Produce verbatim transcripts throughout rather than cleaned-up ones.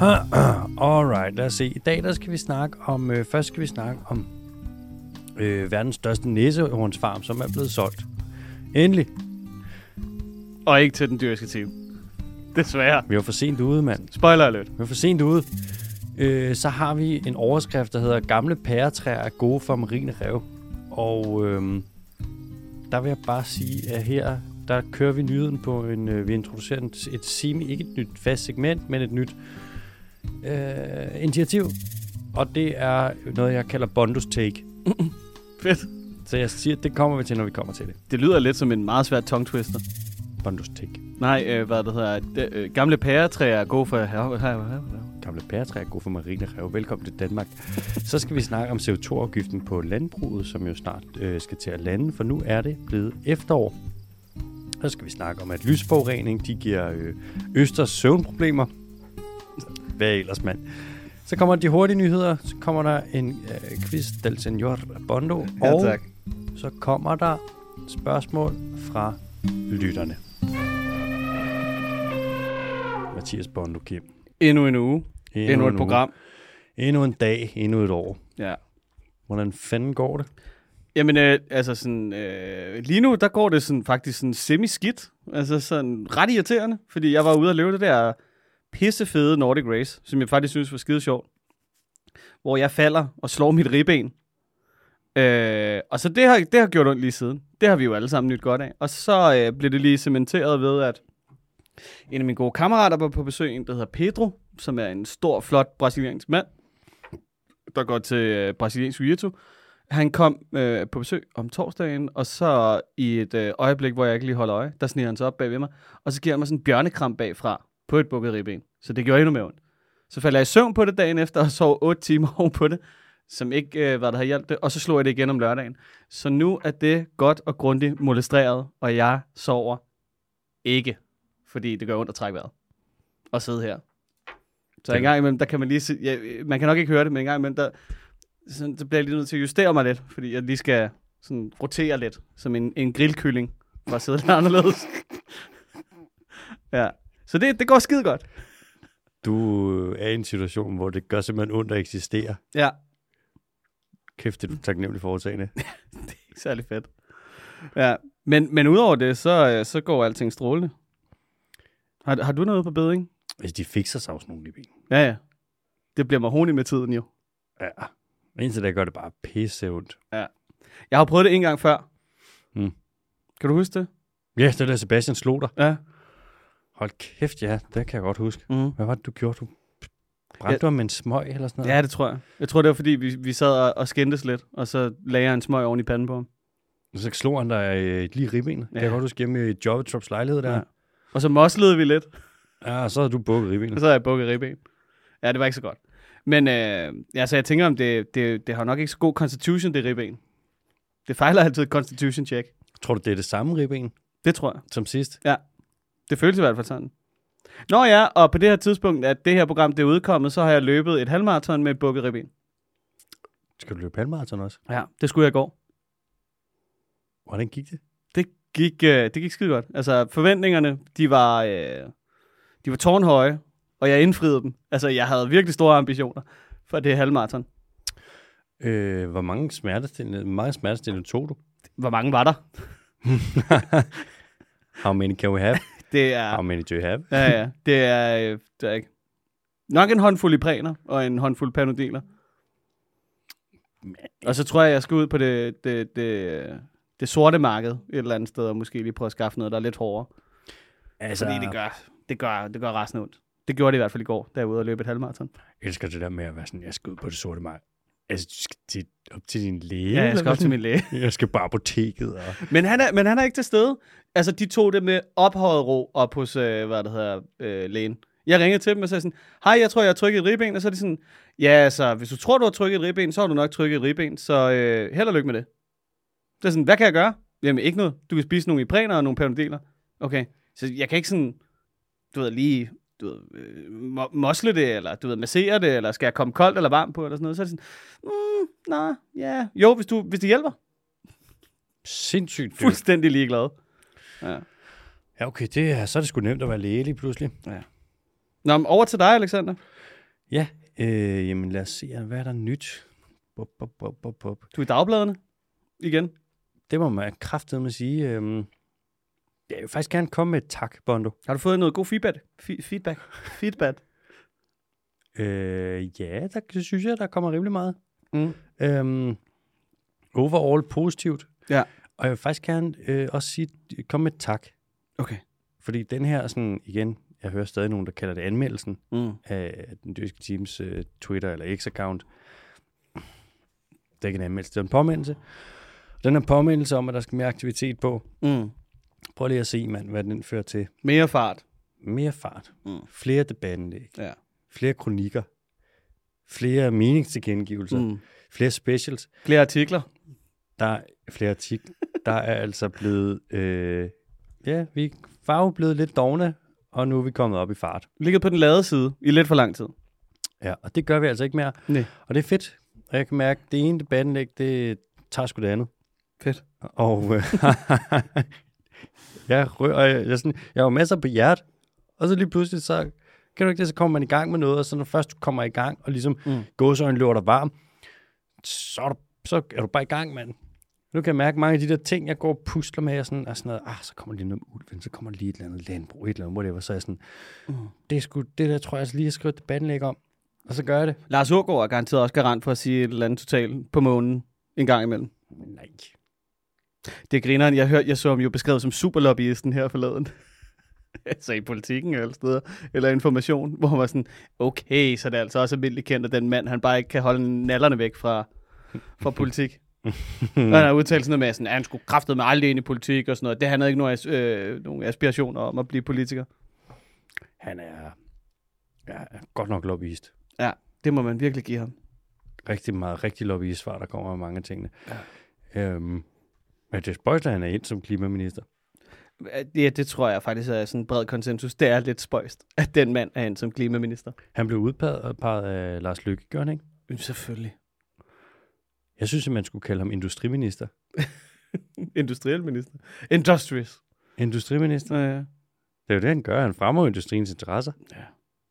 Alright, lad os se. I dag der skal vi snakke om, øh, først skal vi snakke om øh, verdens største næsehornsfarm, som er blevet solgt. Endelig. Og ikke til den dyriske team. Desværre. Vi var for sent ude, mand. Spoiler alert. Vi var for sent ude. Øh, så har vi en overskrift, der hedder Gamle pæretræer er gode for marine ræve. Og øh, der vil jeg bare sige, at her der kører vi nyheden på en, øh, vi introducerer et, et semi, ikke et nyt fast segment, men et nyt øh, initiativ. Og det er noget, jeg kalder Bondos Take. Fedt. Så jeg siger, det kommer vi til, når vi kommer til det. Det lyder lidt som en meget svær tongue twister. Bondos Take. Nej, øh, hvad det hedder. De, øh, gamle pæretræer er gode for... Gamle pæretræer er gode for marine ræve. Velkommen til Danmark. Så skal vi snakke om C O to afgiften på landbruget, som jo snart øh, skal til at lande, for nu er det blevet efterår. Så skal vi snakke om, at lysforurening, de giver øh, Østers søvnproblemer. Hvad ellers, mand? Så kommer de hurtige nyheder, så kommer der en øh, quiz del Senor Bondo, Ja, og tak. så kommer der spørgsmål fra lytterne. Mathias Bondo, Kim. Endnu en uge. Endnu, Endnu et en program. Uge. Endnu en dag, endnu et år. Ja. Hvordan fanden går det? Jamen, øh, altså sådan... Øh, lige nu, der går det sådan, faktisk sådan semi-skidt. Altså sådan ret irriterende, fordi jeg var ude og løbe det der pissefede Nordic Race, som jeg faktisk synes var skide sjovt. Hvor jeg falder og slår mit ribben. Øh, og så det har, det har gjort ondt lige siden. Det har vi jo alle sammen nyt godt af. Og så øh, blev det lige cementeret ved, at en af mine gode kammerater var på besøg, en der hedder Pedro, som er en stor, flot brasiliansk mand, der går til øh, brasiliansk jiu-jitsu. Han kom øh, på besøg om torsdagen, og så i et øh, øjeblik, hvor jeg ikke lige holder øje, der sniger han sig op bag ved mig, og så giver han mig sådan en bjørnekram bagfra på et bukket ribben. Så det gjorde endnu mere ondt. Så faldt jeg i søvn på det dagen efter, og sov otte timer oven på det, som ikke øh, var der har hjulpet det, og så slog jeg det igen om lørdagen. Så nu er det godt og grundigt molestreret, og jeg sover ikke, fordi det gør ondt at trække vejret og sidde her. Så en gang imellem, der kan man lige se, ja, man kan nok ikke høre det, men en gang imellem, der, sådan, så bliver jeg lige nødt til at justere mig lidt, fordi jeg lige skal sådan, rotere lidt, som en, en grillkylling, for at sidde lidt anderledes. Ja, så det, det går skide godt. Du er i en situation, hvor det gør simpelthen ondt at eksistere. Ja. Kæft, det er du taknemmelig foretagende. Det er ikke særlig fedt. Ja, men, men udover det, så, så går alting strålende. Har, har du noget på bedring? Hvis de fikser sig også nogle i bilen. Ja, ja. Det bliver mahoni med tiden jo. Ja. Indtil der gør det bare pisse ondt. Ja. Jeg har prøvet det en gang før. Hmm. Kan du huske det? Ja, det der Sebastian slog dig. Ja. Hold kæft, ja. Det kan jeg godt huske. Mm. Hvad var det, du gjorde? Du brændte Ja. du med en smøg eller sådan noget? Ja, det tror jeg. Jeg tror, det var, fordi vi, vi sad og, og skændtes lidt, og så lagde jeg en smøg oven i panden på ham. Og så slog han dig øh, lige i ribbenet. Ja. Det kan jeg godt huske hjemme i Jobbetrops lejlighed der. Ja. Og så moslede vi lidt, Ja, og så havde du bukket og ribbenet. så havde jeg bukket ribben. Ja, det var ikke så godt. Men øh, ja, så jeg tænker, om det, det, det har nok ikke så god constitution, det ribben. Det fejler altid et constitution check. Tror du, det er det samme ribben Det tror jeg. som sidst? Det føles i hvert fald sådan. Nå ja, og på det her tidspunkt, at det her program det er udkommet, så har jeg løbet et halvmarathon med et bukket ribben. Skal du løbe halvmarathon også? Ja, det skulle jeg i går. Hvordan gik det? Det gik, øh, det gik skide godt. Altså, forventningerne, de var, øh, de var tårnhøje, og jeg indfriede dem. Altså, jeg havde virkelig store ambitioner for det halvmarathon. Øh, hvor mange smertestillende, hvor mange smertestillende tog du? Hvor mange var der? How many can we have? Det er... How many do you have? Ja, ja. Det er, øh, det er ikke... Nok en håndfuld Iprener og en håndfuld Panodiler. Og så tror jeg, jeg skal ud på det, det, det, det sorte marked et eller andet sted, og måske lige prøve at skaffe noget, der er lidt hårdere. Altså, Fordi det gør, det gør, det gør resten ondt. Det gjorde det i hvert fald i går, da jeg var ude og løbe et halvmarathon. jeg elsker det der med at være sådan, jeg skal ud på det sorte marked. Altså, du skal til, op til din læge? Ja, jeg eller skal op hvad? til min læge. Jeg skal på apoteket. Og... Men han, er, men han er ikke til stede. Altså, de tog det med ophøjet ro op hos, øh, hvad det hedder, øh, lægen. Jeg ringede til dem og sagde sådan, hej, jeg tror, jeg har trykket et ribben. Og så er de sådan, ja, altså, hvis du tror, du har trykket et ribben, så har du nok trykket et ribben. Så øh, held og lykke med det. Så er sådan, hvad kan jeg gøre? Jamen, ikke noget. Du kan spise nogle Iprener og nogle Panodiler. Okay. Så jeg kan ikke sådan, du ved, lige... du ved, øh, mo- mosle det, eller du ved, massere det, eller skal jeg komme koldt eller varmt på, eller sådan noget, så er det sådan, mm, nej, ja, jo, hvis, du, hvis det hjælper. Sindssygt. Fuldstændig. Fuldstændig ligeglad. Ja. Ja, okay, det er, så er det sgu nemt at være læge lige pludselig. Ja. Nå, men over til dig, Alexander. Ja, øh, jamen lad os se, hvad er der nyt? Bup, bup, bup, bup, bup. Du er i dagbladene igen. Det må man kraftedeme sige. Øhm, jeg vil faktisk gerne komme med et tak, Bondo. Har du fået noget god feedback? Fe- feedback? feedback? Øh, ja, der synes jeg, der kommer rimelig meget. Mm. Øhm, overall positivt. Ja. Og jeg vil faktisk gerne øh, også sige, komme med et tak. Okay. Fordi den her, sådan igen, jeg hører stadig nogen, der kalder det anmeldelsen Mm. af den dyrske teams øh, Twitter eller X-account. Det er ikke en anmeldelse, det er en påmindelse. Den er en påmindelse om, at der skal mere aktivitet på. Mm. Prøv lige at se, mand, hvad den fører til. Mere fart. Mere fart. Mm. Flere debatindlæg. Ja. Flere kronikker. Flere meningstilkendegivelser. Mm. Flere specials. Flere artikler. Der er flere artikler. Der er altså blevet... Øh, ja, vi var jo blevet lidt dovne, og nu er vi kommet op i fart. Ligget på den lade side i lidt for lang tid. Ja, og det gør vi altså ikke mere. Nej. Og det er fedt. Og jeg kan mærke, at det ene debatindlæg, det tager sgu det andet. Fedt. Og øh, jeg rører, jeg, jeg, sådan, jeg har masser på hjert, og så lige pludselig, så kan du ikke det, så kommer man i gang med noget, og så når først du kommer i gang, og ligesom mm. gåsøjne løber dig varm, så er, du, så er du bare i gang, mand. Nu kan jeg mærke mange af de der ting, jeg går og pusler med, og sådan, og sådan noget, ah, så kommer lige noget med ulven, så kommer lige et eller andet landbrug, et eller andet, whatever, så er jeg sådan, mm. det er sgu, det der tror jeg altså lige, jeg skriver et debatindlæg om, og så gør jeg det. Lars Aagaard er garanteret også garant for at sige et eller andet totalt på månen en gang imellem. Men nej. Det er grineren. Jeg, hør, jeg så ham jo beskrevet som superlobbyisten her forleden. Altså i politikken eller steder, eller information, hvor han var sådan, okay, så det er altså også almindeligt kendt, at den mand, han bare ikke kan holde nallerne væk fra, fra politik. Og han har udtalt sådan noget med, sådan, at han skulle kraftede med aldrig ind i politik og sådan noget. Det han havde ikke nogen, øh, nogen aspirationer om at blive politiker. Han er, ja, er godt nok lobbyist. Ja, det må man virkelig give ham. Rigtig meget, rigtig lobbyist-svar, der kommer af mange af tingene. Ja. Øhm, men det spøjst, at han er ind som klimaminister. Ja, det tror jeg faktisk er sådan en bred konsensus. Det er lidt spøjst, at den mand er ind som klimaminister. Han blev udpeget af Lars Løkke, gør han ikke? Selvfølgelig. Jeg synes, at man skulle kalde ham industriminister. Industriel minister. Industrious. Industriminister? Ja, ja. Det er jo det, han gør. Han fremmer industriens interesser. Ja.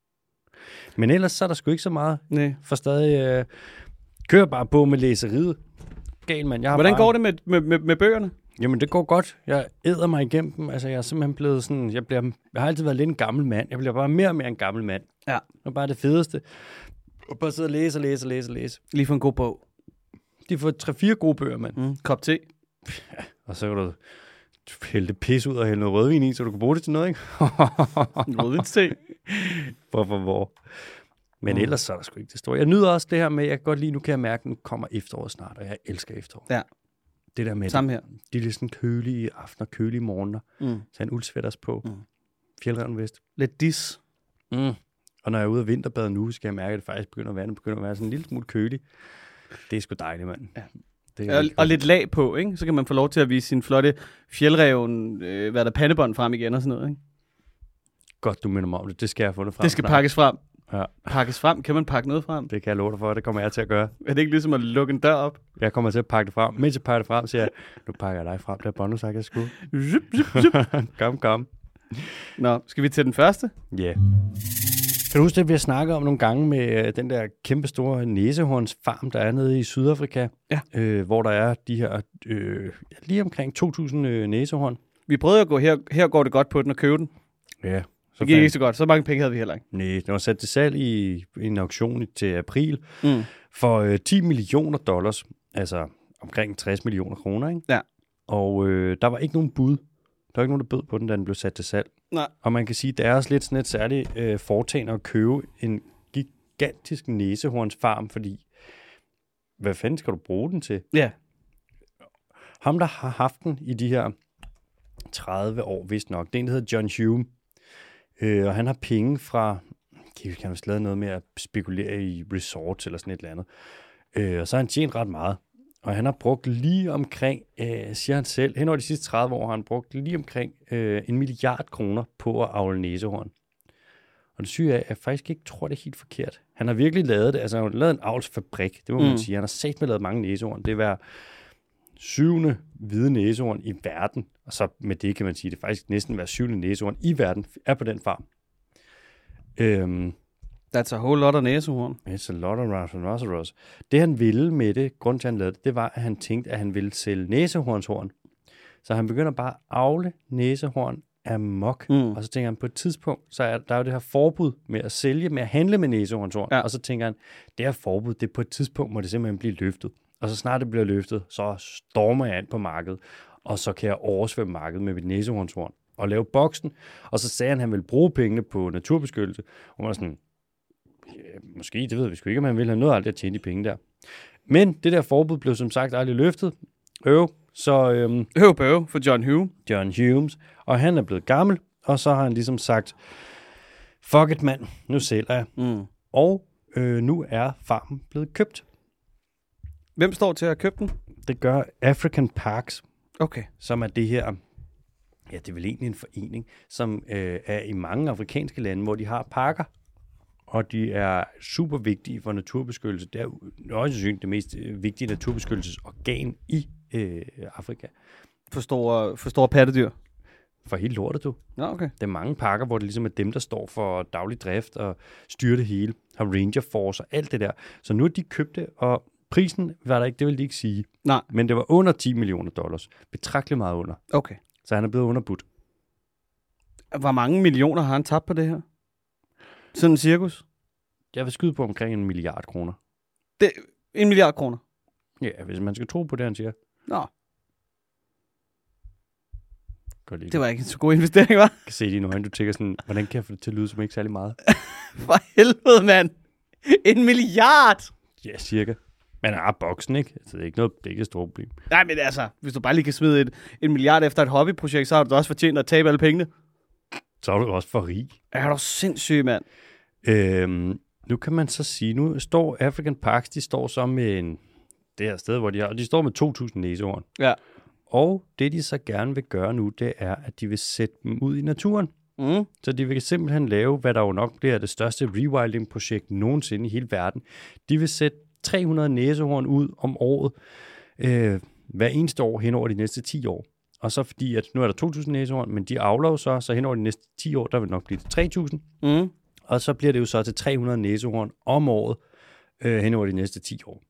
Men ellers så er der sgu ikke så meget. Nej. For stadig øh, kører bare på med læseriet. Gal, mand. Jeg har Hvordan bare... går det med, med, med, med bøgerne? Jamen, det går godt. Jeg æder mig igennem dem. Altså, jeg er simpelthen blevet sådan... Jeg, bliver, jeg har altid været lidt en gammel mand. Jeg bliver bare mere og mere en gammel mand. Ja. Det er bare det fedeste. Og bare sidde og læse og læse og læse og læse. Lige for en god bog. De får tre-fire gode bøger, mand. Mm. Kop te. Ja, og så kan du hælde det pis ud og hælde noget rødvin i, så du kan bruge det til noget, ikke? Rødvinste. Hvorfor hvor? Men Mm. ellers så er der sgu ikke det store. Jeg nyder også det her med, jeg kan godt lide, nu kan jeg mærke, at nu kommer efteråret snart, og jeg elsker efterår. Ja. Det der med, Samme her. de er lidt sådan kølige aftener, kølige morgener. Mm. Så en uldsvætters på. Mm. Fjeldreven vest. Lidt dis. Mm. Og når jeg er ude og vinterbade nu, skal jeg mærke, at det faktisk begynder at være, begynder at være sådan en lille smule kølig. Det er sgu dejligt, mand. Ja. Det er Og, og lidt lag på, ikke? Så kan man få lov til at vise sin flotte fjeldreven, øh, hvad der pandebånd frem igen og sådan noget, ikke? Godt, du minder mig om det. Det skal jeg få det frem. Det skal snart. pakkes frem. Ja. Pakkes frem? Kan man pakke noget frem? Det kan jeg love dig for, det kommer jeg til at gøre. Er det ikke ligesom at lukke en dør op? Jeg kommer til at pakke det frem. Mens jeg pakker det frem, siger jeg, nu pakker jeg dig frem. Det er Bondo sagt, jeg skulle. Zup, zup, zup. kom, kom. Nå, skal vi til den første? Ja. Yeah. Kan du huske det, vi har snakket om nogle gange med øh, den der kæmpe store næsehornsfarm, der er nede i Sydafrika? Ja. Øh, hvor der er de her øh, lige omkring to tusind øh, næsehorn. Vi prøvede at gå her. Her går det godt på den og købe den. Ja. Det gik ikke så godt. Så mange penge havde vi heller ikke. Nej, det var sat til salg i en auktion til april Mm. for øh, ti millioner dollars. Altså omkring tres millioner kroner, ikke? Ja. Og øh, der var ikke nogen bud. Der var ikke nogen, der bød på den, da den blev sat til salg. Nej. Og man kan sige, at det er også lidt sådan et særligt øh, foretagende at købe en gigantisk næsehornsfarm, fordi hvad fanden skal du bruge den til? Ja. Ham, der har haft den i de her tredive år, vist nok, det er en, der hedder John Hume. Øh, og han har penge fra, kan han vist lavet noget med at spekulere i resorts eller sådan et eller andet. Øh, og så har han tjent ret meget. Og han har brugt lige omkring, øh, siger han selv, hen over de sidste tredive år har han brugt lige omkring øh, en milliard kroner på at avle næsehorn. Og det syge er, at jeg faktisk ikke tror, det er helt forkert. Han har virkelig lavet det, altså han har lavet en avlsfabrik, det må mm. man sige. Han har sagt med lavet mange næsehorn. Det er syvende hvide næsehorn i verden, og så med det kan man sige, det er faktisk næsten hver syvende næsehorn i verden er på den farm. Øhm, That's a whole lot of næsehorn. It's a lot of rhinoceros. Det han ville med det, grund til at han lavede det, det var, at han tænkte, at han ville sælge næsehornshorn. Så han begynder bare at avle næsehorn amok. Mm. Og så tænker han, på et tidspunkt, så er der jo det her forbud med at sælge, med at handle med næsehornshorn. Ja. Og så tænker han, det her forbud, det på et tidspunkt må det simpelthen blive løftet. Og så snart det bliver løftet, så stormer jeg ind på markedet, og så kan jeg oversvømme markedet med mit næsehornshorn og lave boksen. Og så sagde han, at han ville bruge pengene på naturbeskyttelse. Og man var sådan, ja, måske, det ved vi sgu ikke, om han ville have noget aldrig at tjene de penge der. Men det der forbud blev som sagt aldrig løftet. Øv, så... Øhm, Øv bøv for John Hume. John Humes. Og han er blevet gammel, og så har han ligesom sagt, fuck it, mand, nu sælger jeg. Mm. Og øh, nu er farmen blevet købt. Hvem står til at købe den? Det gør African Parks, okay. Som er det her, ja, det er vel egentlig en forening, som øh, er i mange afrikanske lande, hvor de har parker, og de er super vigtige for naturbeskyttelse. Det er også synligt det mest vigtige naturbeskyttelsesorgan i øh, Afrika. For store, for store pattedyr? For helt lortet, du. Ja, okay. Det er mange parker, hvor det ligesom er dem, der står for daglig drift og styrer det hele, har Ranger Force og alt det der. Så nu er de købt det, og prisen var der ikke, det vil de ikke sige. Nej. Men det var under ti millioner dollars. Betragteligt meget under. Okay. Så han er blevet underbudt. Hvor mange millioner har han tabt på det her? Sådan en cirkus? Jeg vil skyde på omkring en milliard kroner. Det, en milliard kroner? Ja, hvis man skal tro på det, han siger. Nå. Godt det var ikke en så god investering, hva'? Jeg kan se det i nogle øjne, du tænker sådan, hvordan kan jeg få det til at lyde som ikke særlig meget? For helvede, mand. En milliard! Ja, cirka. Men er boksen, ikke? Altså, det er ikke noget, det er ikke et stort problem. Nej, men altså, hvis du bare lige kan smide et, en milliard efter et hobbyprojekt, så har du da også fortjent at tabe alle pengene. Så er du også for rig. Er du sindssyg, mand? Øhm, nu kan man så sige, nu står African Parks, de står så med en, det her sted, hvor de har, de står med to tusind næsehorn. Ja. Og det, de så gerne vil gøre nu, det er, at de vil sætte dem ud i naturen. Mm. Så de vil simpelthen lave, hvad der jo nok bliver det største rewilding-projekt nogensinde i hele verden. De vil sætte tre hundrede næsehorn ud om året, øh, hver eneste år hen over de næste ti år. Og så fordi, at nu er der to tusind næsehorn, men de avler jo så, så hen over de næste ti år, der vil nok blive til tre tusind. Mm. Og så bliver det jo så til tre hundrede næsehorn om året øh, hen over de næste ti år.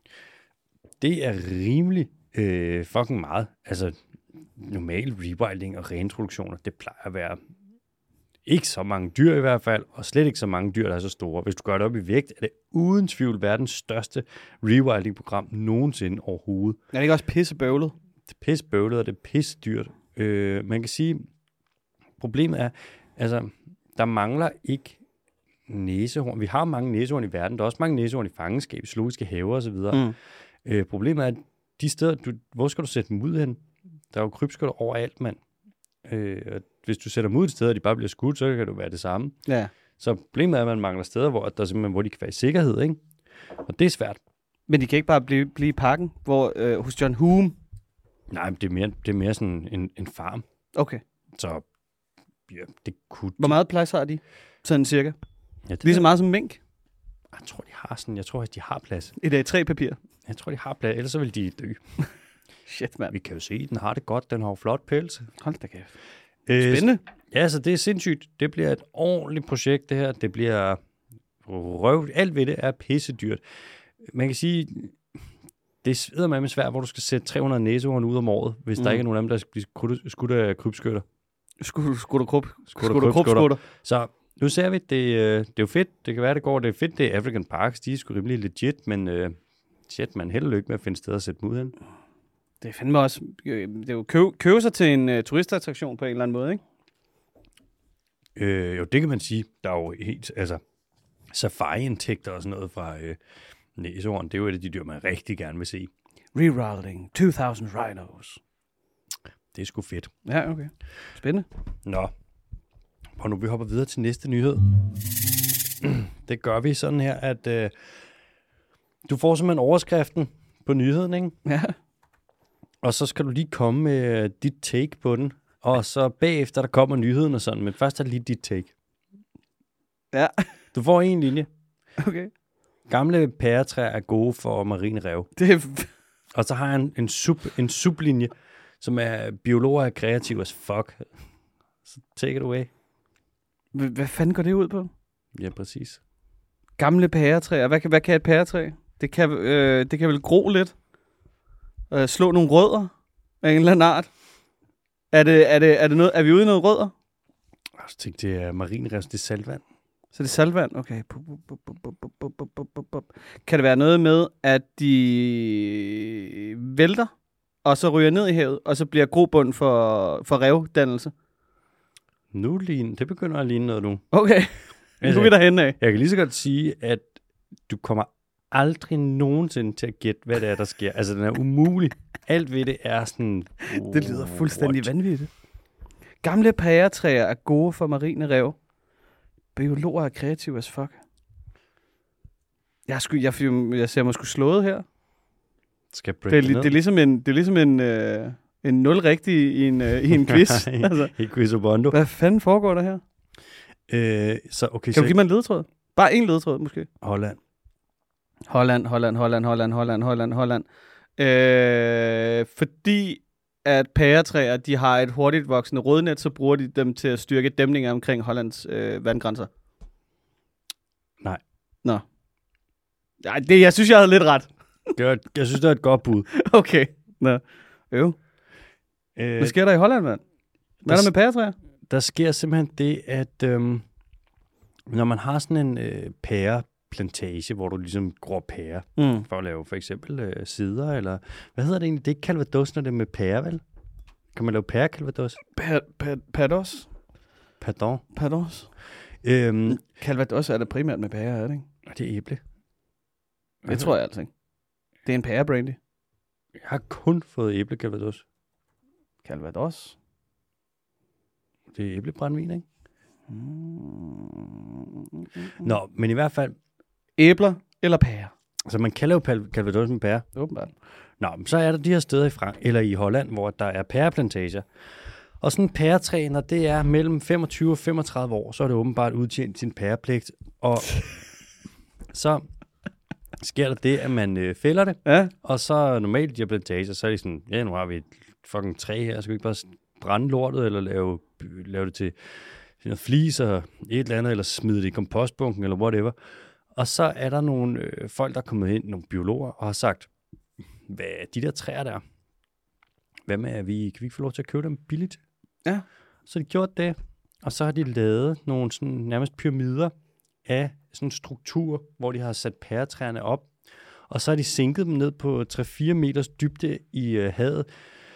Det er rimelig øh, fucking meget. Altså, normal rewilding og reintroduktioner, det plejer at være ikke så mange dyr i hvert fald, og slet ikke så mange dyr, der er så store. Hvis du gør det op i vægt, er det uden tvivl verdens største rewilding-program nogensinde overhovedet. Er det ikke også pissebøvlet? Det er pissebøvlet, og det er pissedyrt. Øh, man kan sige, problemet er, altså, der mangler ikke næsehorn. Vi har mange næsehorn i verden. Der er også mange næsehorn i fangenskab, zoologiske haver osv. Mm. Øh, problemet er, at de steder, du, hvor skal du sætte dem ud hen? Der er jo krybskytter overalt, mand. Øh, hvis du sætter dem ud et sted, og de bare bliver skudt, så kan det være det samme. Ja. Så problemet er, at man mangler steder, hvor, der simpelthen, hvor de kan være i sikkerhed, ikke? Og det er svært. Men de kan ikke bare blive, blive i parken, hvor øh, hos John Hume? Nej, men det er mere, det er mere sådan en, en farm. Okay. Så ja, det kunne... Hvor meget plads har de? Sådan cirka? Ja, det lige så meget som mink? Jeg tror, de har sådan, jeg tror, at de har plads. Et A tre papir? Jeg tror, de har plads, ellers så vil de dø. Shit, mand. Vi kan jo se, at den har det godt. Den har jo flot pels. Hold da kæft. Øh, Spændende. Ja, så det er sindssygt. Det bliver et ordentligt projekt, det her. Det bliver røv. Alt ved det er pissedyrt. Man kan sige, det sveder med svært, hvor du skal sætte tre hundrede næsehorn ud om året, hvis mm. der ikke er nogen af dem, der skal blive skudt af krybskytter. Skudt af krub. Skudt af krybskytter. Så nu ser vi, det, det er jo fedt. Det kan være, det går. Det er fedt, det er African Parks. De er sgu rimelig legit, men uh, shit, man held og lykke med at finde steder at sætte dem ud hen. Det er fandme også, det er jo købe, købe sig til en uh, turistattraktion på en eller anden måde, ikke? Øh, jo, det kan man sige. Der er jo helt, altså, safari-indtægter og sådan noget fra øh, næsehorn. Det er jo et af de dyr, man rigtig gerne vil se. Rewilding, to tusind rhinos. Det er sgu fedt. Ja, okay. Spændende. Nå, og nu vi hopper videre til næste nyhed. Det gør vi sådan her, at øh, du får simpelthen overskriften på nyheden, ikke? Ja. Og så skal du lige komme med dit take på den. Og så bagefter, der kommer nyheden og sådan. Men først er det lige dit take. Ja. Du får en linje. Okay. Gamle pæretræer er gode for marine rev. Det er... Og så har jeg en, en, sub, en sublinje, som er biologer er kreative as fuck. Så take it away. H- hvad fanden går det ud på? Ja, præcis. Gamle pæretræer. Hvad kan, hvad kan et pæretræ? Det kan, øh, det kan vel gro lidt. Øh, slå nogle rødder af en eller anden art. Er, det, er, det, er, det noget, er vi ude i noget rødder? Jeg tænkte, det er marinrevs, det er saltvand. Så det er saltvand? Okay. Pup, pup, pup, pup, pup, pup, pup, pup, pup. Kan det være noget med, at de vælter, og så ryger ned i havet, og så bliver grobund for, for revdannelse? Nu ligne, det begynder at ligne noget nu. Okay, nu er vi derhen af. Jeg kan lige så godt sige, at du kommer aldrig nogensinde til at gætte, hvad det er, der sker. Altså, den er umulig. Alt ved det er sådan... Oh, det lyder fuldstændig what? vanvittigt. Gamle pæretræer er gode for marine rev. Biologer er kreative as fuck. Jeg, sku, jeg, jeg ser mig sgu slået her. Skal det, er, det er ligesom en, det er ligesom en, øh, en nul rigtig i en, øh, i en quiz. altså. I quiz Bondo. Hvad fanden foregår der her? Øh, så, okay, kan så... du give mig en ledetråd? Bare en ledetråd, måske. Holland. Holland, Holland, Holland, Holland, Holland, Holland, Holland. Øh, fordi at pæretræer, de har et hurtigt voksende rodnet, så bruger de dem til at styrke dæmninger omkring Hollands øh, vandgrænser. Nej. Nå. Ja, det, jeg synes, jeg havde lidt ret. Det var, jeg synes, det var et godt bud. Okay. Nå. Øv. Øh, Hvad sker der i Holland, mand? Hvad er der med pæretræer? Der sker simpelthen det, at øhm, når man har sådan en øh, pæreplantage, hvor du ligesom gror pære, Mm. for at lave for eksempel øh, sider, eller hvad hedder det egentlig? Det er ikke calvados, når det er med pære, vel? Kan man lave pære calvados? Pados? Pardon. Pados? Øhm, Calvados er det primært med pære, er det ikke? det er æble. Det tror jeg altså ikke. Det er en pærebrandy. Jeg har kun fået æble calvados. Calvados? Det er æblebrændvin, ikke? Mm. Nå, men i hvert fald, Æbler eller pære? altså man kan lave pal- calvados med pære. Åbenbart. Nå, men så er der de her steder i Frank eller i Holland, hvor der er pæreplantager. Og sådan en pæretræ, når det er mellem femogtyve og femogtredive år, så er det åbenbart udtjent sin pærepligt. Og så sker der det, at man øh, fælder det. Ja. Og så normalt de her plantager, så er de sådan, ja, nu har vi et fucking træ her, så kan vi ikke bare brænde lortet, eller lave, lave det til noget flis, og et eller andet, eller smide det i kompostbunken, eller whatever. Og så er der nogle øh, folk, der er kommet ind, nogle biologer, og har sagt, hvad er de der træer der? Hvad med, at vi, kan vi ikke få lov til at købe dem billigt? Ja. Så de gjort det, og så har de lavet nogle sådan nærmest pyramider af sådan en struktur, hvor de har sat pæretræerne op, og så har de sænket dem ned på tre til fire meters dybde i øh, havet,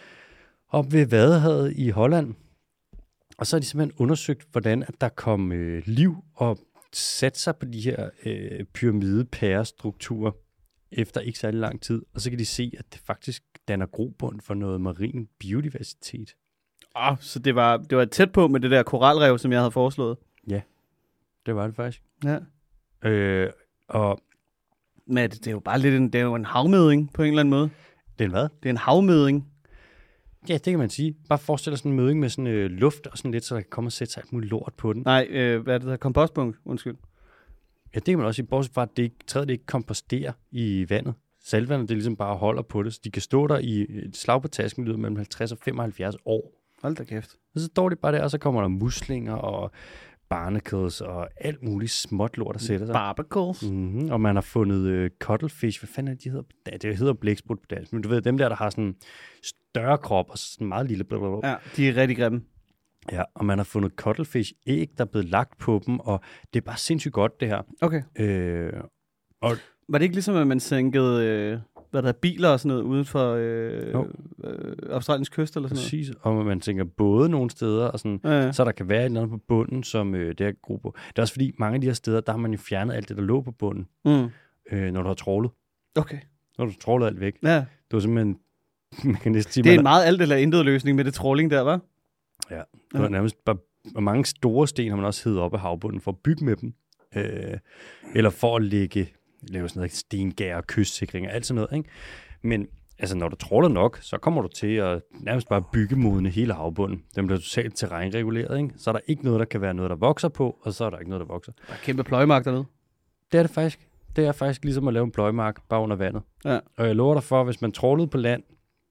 op ved Vadehavet i Holland. Og så har de simpelthen undersøgt, hvordan at der kom øh, liv og sat sig på de her øh, pyramide-pærestrukturer efter ikke særlig lang tid. Og så kan de se, at det faktisk danner grobund for noget marin biodiversitet. Ah, så det var, det var tæt på med det der koralrev, som jeg havde foreslået. Ja, det var det faktisk. Ja. Øh, og Men det, det er jo bare lidt en, det er jo en havmøding på en eller anden måde. det er en hvad? Det er en havmøding. Ja, det kan man sige. Bare forestil dig sådan en møding med sådan øh, luft og sådan lidt, så der kan komme og sætte sig alt muligt lort på den. Nej, øh, hvad er det, der hedder? Kompostpunkt, undskyld. Ja, det kan man også sige. Bortset fra, at det ikke, træet det ikke komposterer i vandet. Saltvandet, det ligesom bare holder på det, så de kan stå der i et slag på tasken, lyder mellem halvtreds og femoghalvfjerds år. Hold da kæft. Og så står det bare der, og så kommer der muslinger og barnacles og alt muligt småt lort, der sætter sig. Barbacles. Mm-hmm. Og man har fundet øh, cuttlefish. Hvad fanden er det, de hedder? Ja, det hedder blæksprut på dansk. Men du ved, dem der, der har sådan større krop og sådan meget lille blablabla. Ja, de er rigtig grimme. Ja, og man har fundet cuttlefish æg, der er blevet lagt på dem, og det er bare sindssygt godt, det her. Okay. Øh, og Var det ikke ligesom, at man sænkede øh, hvad der er, biler og sådan noget uden for øh, Jo. øh, Australiens kyst eller sådan præcis, og man tænker både nogle steder, og sådan, noget? Ja, ja. så der kan være et eller andet på bunden, som øh, det her kan gro på. Det er også fordi, mange af de her steder, der har man jo fjernet alt det, der lå på bunden, Mm. øh, når du har trålet. Okay. Når du har trålet alt væk. Ja. Det var simpelthen, man kan næsten sige, Det er man en meget alt eller intet løsning med det tråling der, hva'? Ja, det var nærmest bare, og mange store sten har man også heddet op af havbunden for at bygge med dem. Øh, eller for at lægge, lave sådan noget stengær og kystsikring og alt sådan noget, ikke? Men altså, når du tråler nok, så kommer du til at nærmest bare bygge modne hele havbunden. Den bliver totalt terrænreguleret, ikke? Så er der ikke noget, der kan være noget, der vokser på, og så er der ikke noget, der vokser. Der er kæmpe pløjemark dernede. Det er det faktisk. Det er faktisk ligesom at lave en pløjemark bare under vandet. Ja. Og jeg lover dig for, hvis man trålede på land,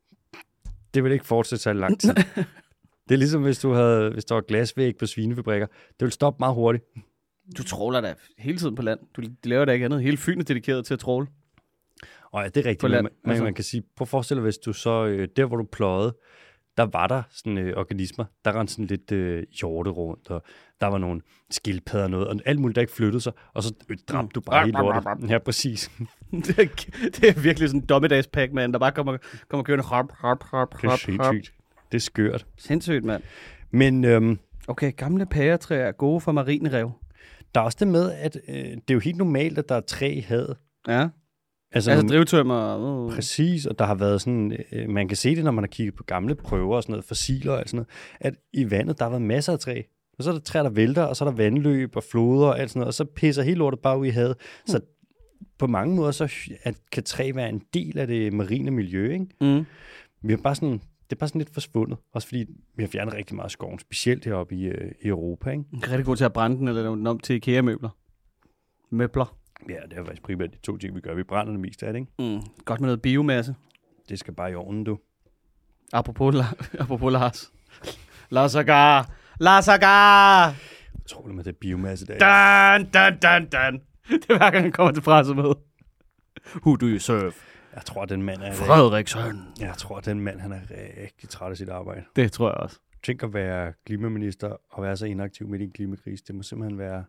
det vil ikke fortsætte så lang tid. Det er ligesom, hvis du havde, hvis der var glasvæg på svinefabrikker. Det vil stoppe meget hurtigt. Du tråler da hele tiden på land. Du laver da ikke andet. Hele Fyn er dedikeret til at tråle. Og ja, det er rigtigt, men man, altså. man kan sige, prøv at forestille dig, hvis du så, øh, der hvor du pløjede, der var der sådan øh, organismer, der rendte sådan lidt øh, hjorte rundt, og der var nogle skildpadder og noget, og alt muligt, der ikke flyttede sig, og så øh, dræbte du bare hele lortet. Ja, præcis. det, er, det er virkelig sådan en dommedags Pac-Man, der bare kommer, kommer kørende hop, hop, hop, hop, Det er sindssygt. Det er skørt. Sindssygt, mand. Men øhm, okay, gamle pæretræer er gode for marinerev. Der er også det med, at øh, det er jo helt normalt, at der er træ i havet. Ja. Altså, altså drivtømmer. Uh. Præcis, og der har været sådan, øh, man kan se det, når man har kigget på gamle prøver og sådan noget, fossiler og sådan noget, at i vandet, der har været masser af træ. Og så er der træer, der vælter, og så er der vandløb og floder og alt sådan noget, og så pisser hele lortet bare ud i havet. Mm. Så på mange måder, så at, kan træ være en del af det marine miljø, ikke? Mm. Vi er bare sådan, det er bare sådan lidt forsvundet, også fordi vi har fjernet rigtig meget skoven, specielt heroppe i, øh, i Europa, ikke? Det er rigtig god til at brænde den, eller lave den om til IKEA-møbler. Møbler. Ja, det er faktisk primært de to ting, vi gør. Vi brænder det mest af det, ikke? Mm. Godt med noget biomasse. Det skal bare i ovnen, du. Apropos, apropos Lars. Lars Agar! Lars Agar! Jeg tror, det er det biomasse der. Dan, dan, dan, dan. Det er hver gang, han kommer til pressemøde. Who do you serve? Jeg tror, den mand er... Frederiksson. Jeg tror, den mand, han er rigtig træt af sit arbejde. Det tror jeg også. Tænk at være klimaminister og være så inaktiv midt i en klimakrise. Det må simpelthen være...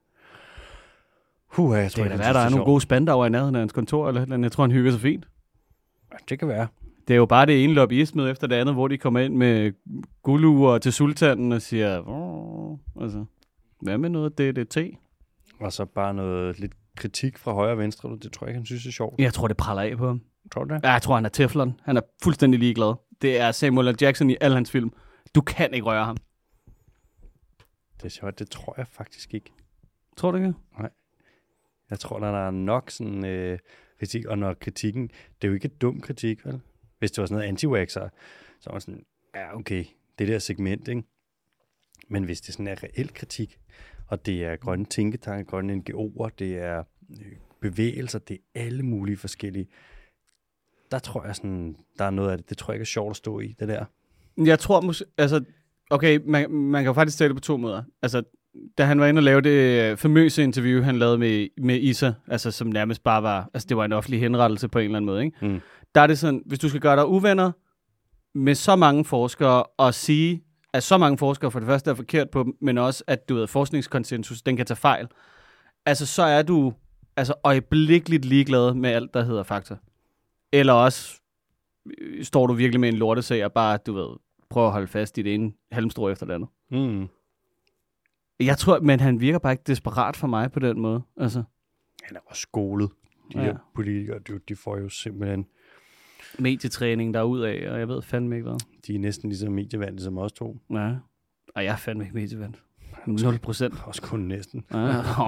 Huh, jeg tror, det kan være, der er nogle gode spandauer i nærheden af hans kontor, eller, eller jeg tror, han hygger sig fint. Det kan være. Det er jo bare det ene lobbyisme efter det andet, hvor de kommer ind med gulduer til sultanen og siger, altså, hvad med noget D D T? Og så bare noget lidt kritik fra højre og venstre. Det tror jeg ikke, han synes er sjovt. Jeg tror, det praller af på ham. Tror du det? Ja, jeg tror, han er Teflon. Han er fuldstændig ligeglad. Det er Samuel L. Jackson i alle hans film. Du kan ikke røre ham. Det er sjovt. Det tror jeg faktisk ikke. Tror du ikke? Nej. Jeg tror, der er nok sådan øh, kritik, og når kritikken, det er jo ikke dum kritik, vel? Hvis det var sådan noget anti-waxer, så var det sådan, ja okay, det der segment, ikke? Men hvis det sådan er reel kritik, og det er grønne tænketanke, grønne N G O'er, det er bevægelser, det er alle mulige forskellige, der tror jeg sådan, der er noget af det, det tror jeg ikke er sjovt at stå i, det der. Jeg tror, mås- altså, okay, man, man kan jo faktisk tale det på to måder. Altså, da han var inde og lave det famøse interview, han lavede med, med Issa, altså som nærmest bare var, altså det var en offentlig henrettelse på en eller anden måde, ikke? Mm. Der er det sådan, hvis du skal gøre dig uvenner med så mange forskere, og sige, at så mange forskere for det første er forkert på dem, men også, at du ved, forskningskonsensus, den kan tage fejl, altså så er du altså øjeblikkeligt ligeglad med alt, der hedder fakta. Eller også øh, står du virkelig med en lortesag, og bare, du ved, prøver at holde fast i det ene halmstrå efter det andet. Mm. Jeg tror, men han virker bare ikke desperat for mig på den måde. Altså. Han er også skolet. De Ja. her politikere, de, de får jo simpelthen... Medietræning derudaf, og jeg ved fandme ikke hvad. De er næsten lige så medievandte som os to. Ja. Og jeg er fandme ikke medievandt. nul procent. Også kun næsten. Ja.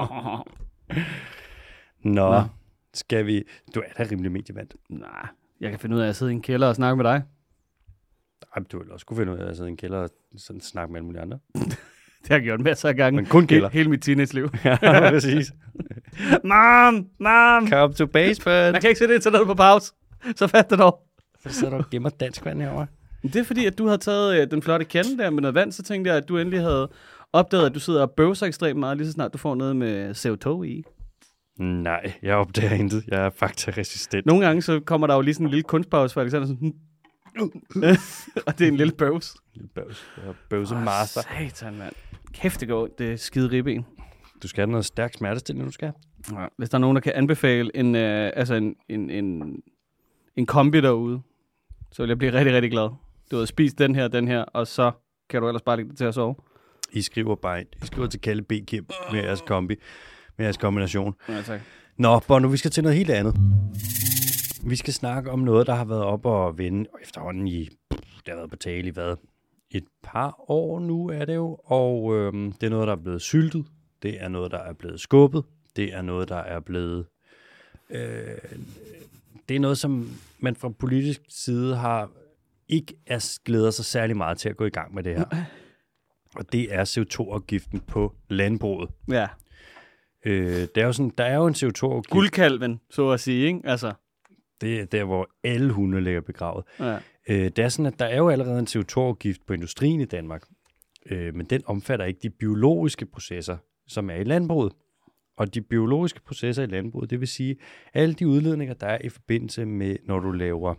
Nå, Nå, skal vi... Du er da rimelig medievandt. nej, jeg kan finde ud af at sidde i en kælder og snakke med dig. Ej, du vil også kunne finde ud af at sidde i en kælder og sådan snakke med alle mulige andre. Det har jeg gjort masser af gange. Men kun kælder. Hele, hele mit teenage-liv. Ja, præcis. Mom, mom. Come to basement. Man kan ikke sætte internet på pause. Så fat det dog. Så sidder du og gemmer dansk vand herovre. Det er fordi, at du havde taget øh, den flotte kande der med noget vand, så tænkte jeg, at du endelig havde opdaget, at du sidder og bøvser ekstremt meget, lige så snart du får noget med C O to i. Nej, jeg opdager intet. Jeg er faktaresistent. Nogle gange så kommer der jo lige sådan en lille kunstpause for Alexander, sådan, og det er en lille bøvs. Lille bøvs. Jeg er bøvse master. Satan, mand. Kæft, det går ondt. Det er skide ribben. Du skal have noget stærk smertestillende, du skal. Ja. Hvis der er nogen, der kan anbefale en, øh, altså en, en, en, en kombi derude, så vil jeg blive rigtig, rigtig glad. Du har spist den her, den her, og så kan du ellers bare lægge det til at sove. I skriver bare, I skriver til Kalle B. Kim med jeres kombi, med jeres kombination. Ja, tak. Nå, Bono, vi skal til noget helt andet. Vi skal snakke om noget, der har været op og vende og efterhånden i, det har været på tale i hvad? Et par år nu er det jo, og øhm, det er noget, der er blevet syltet. Det er noget, der er blevet skubbet. Det er noget, der er blevet... Øh, det er noget, som man fra politisk side har ikke er glæder sig særlig meget til at gå i gang med det her. Og det er C O to afgiften på landbruget. Ja. Øh, det er jo sådan, der er jo en C O to afgift. Guldkalven, så at sige, ikke? Altså. Det er der, hvor alle hunde ligger begravet. Ja. Øh, det er sådan, at der er jo allerede en C O to afgift på industrien i Danmark. Øh, men den omfatter ikke de biologiske processer, som er i landbruget. Og de biologiske processer i landbruget, det vil sige, alle de udledninger, der er i forbindelse med, når du laver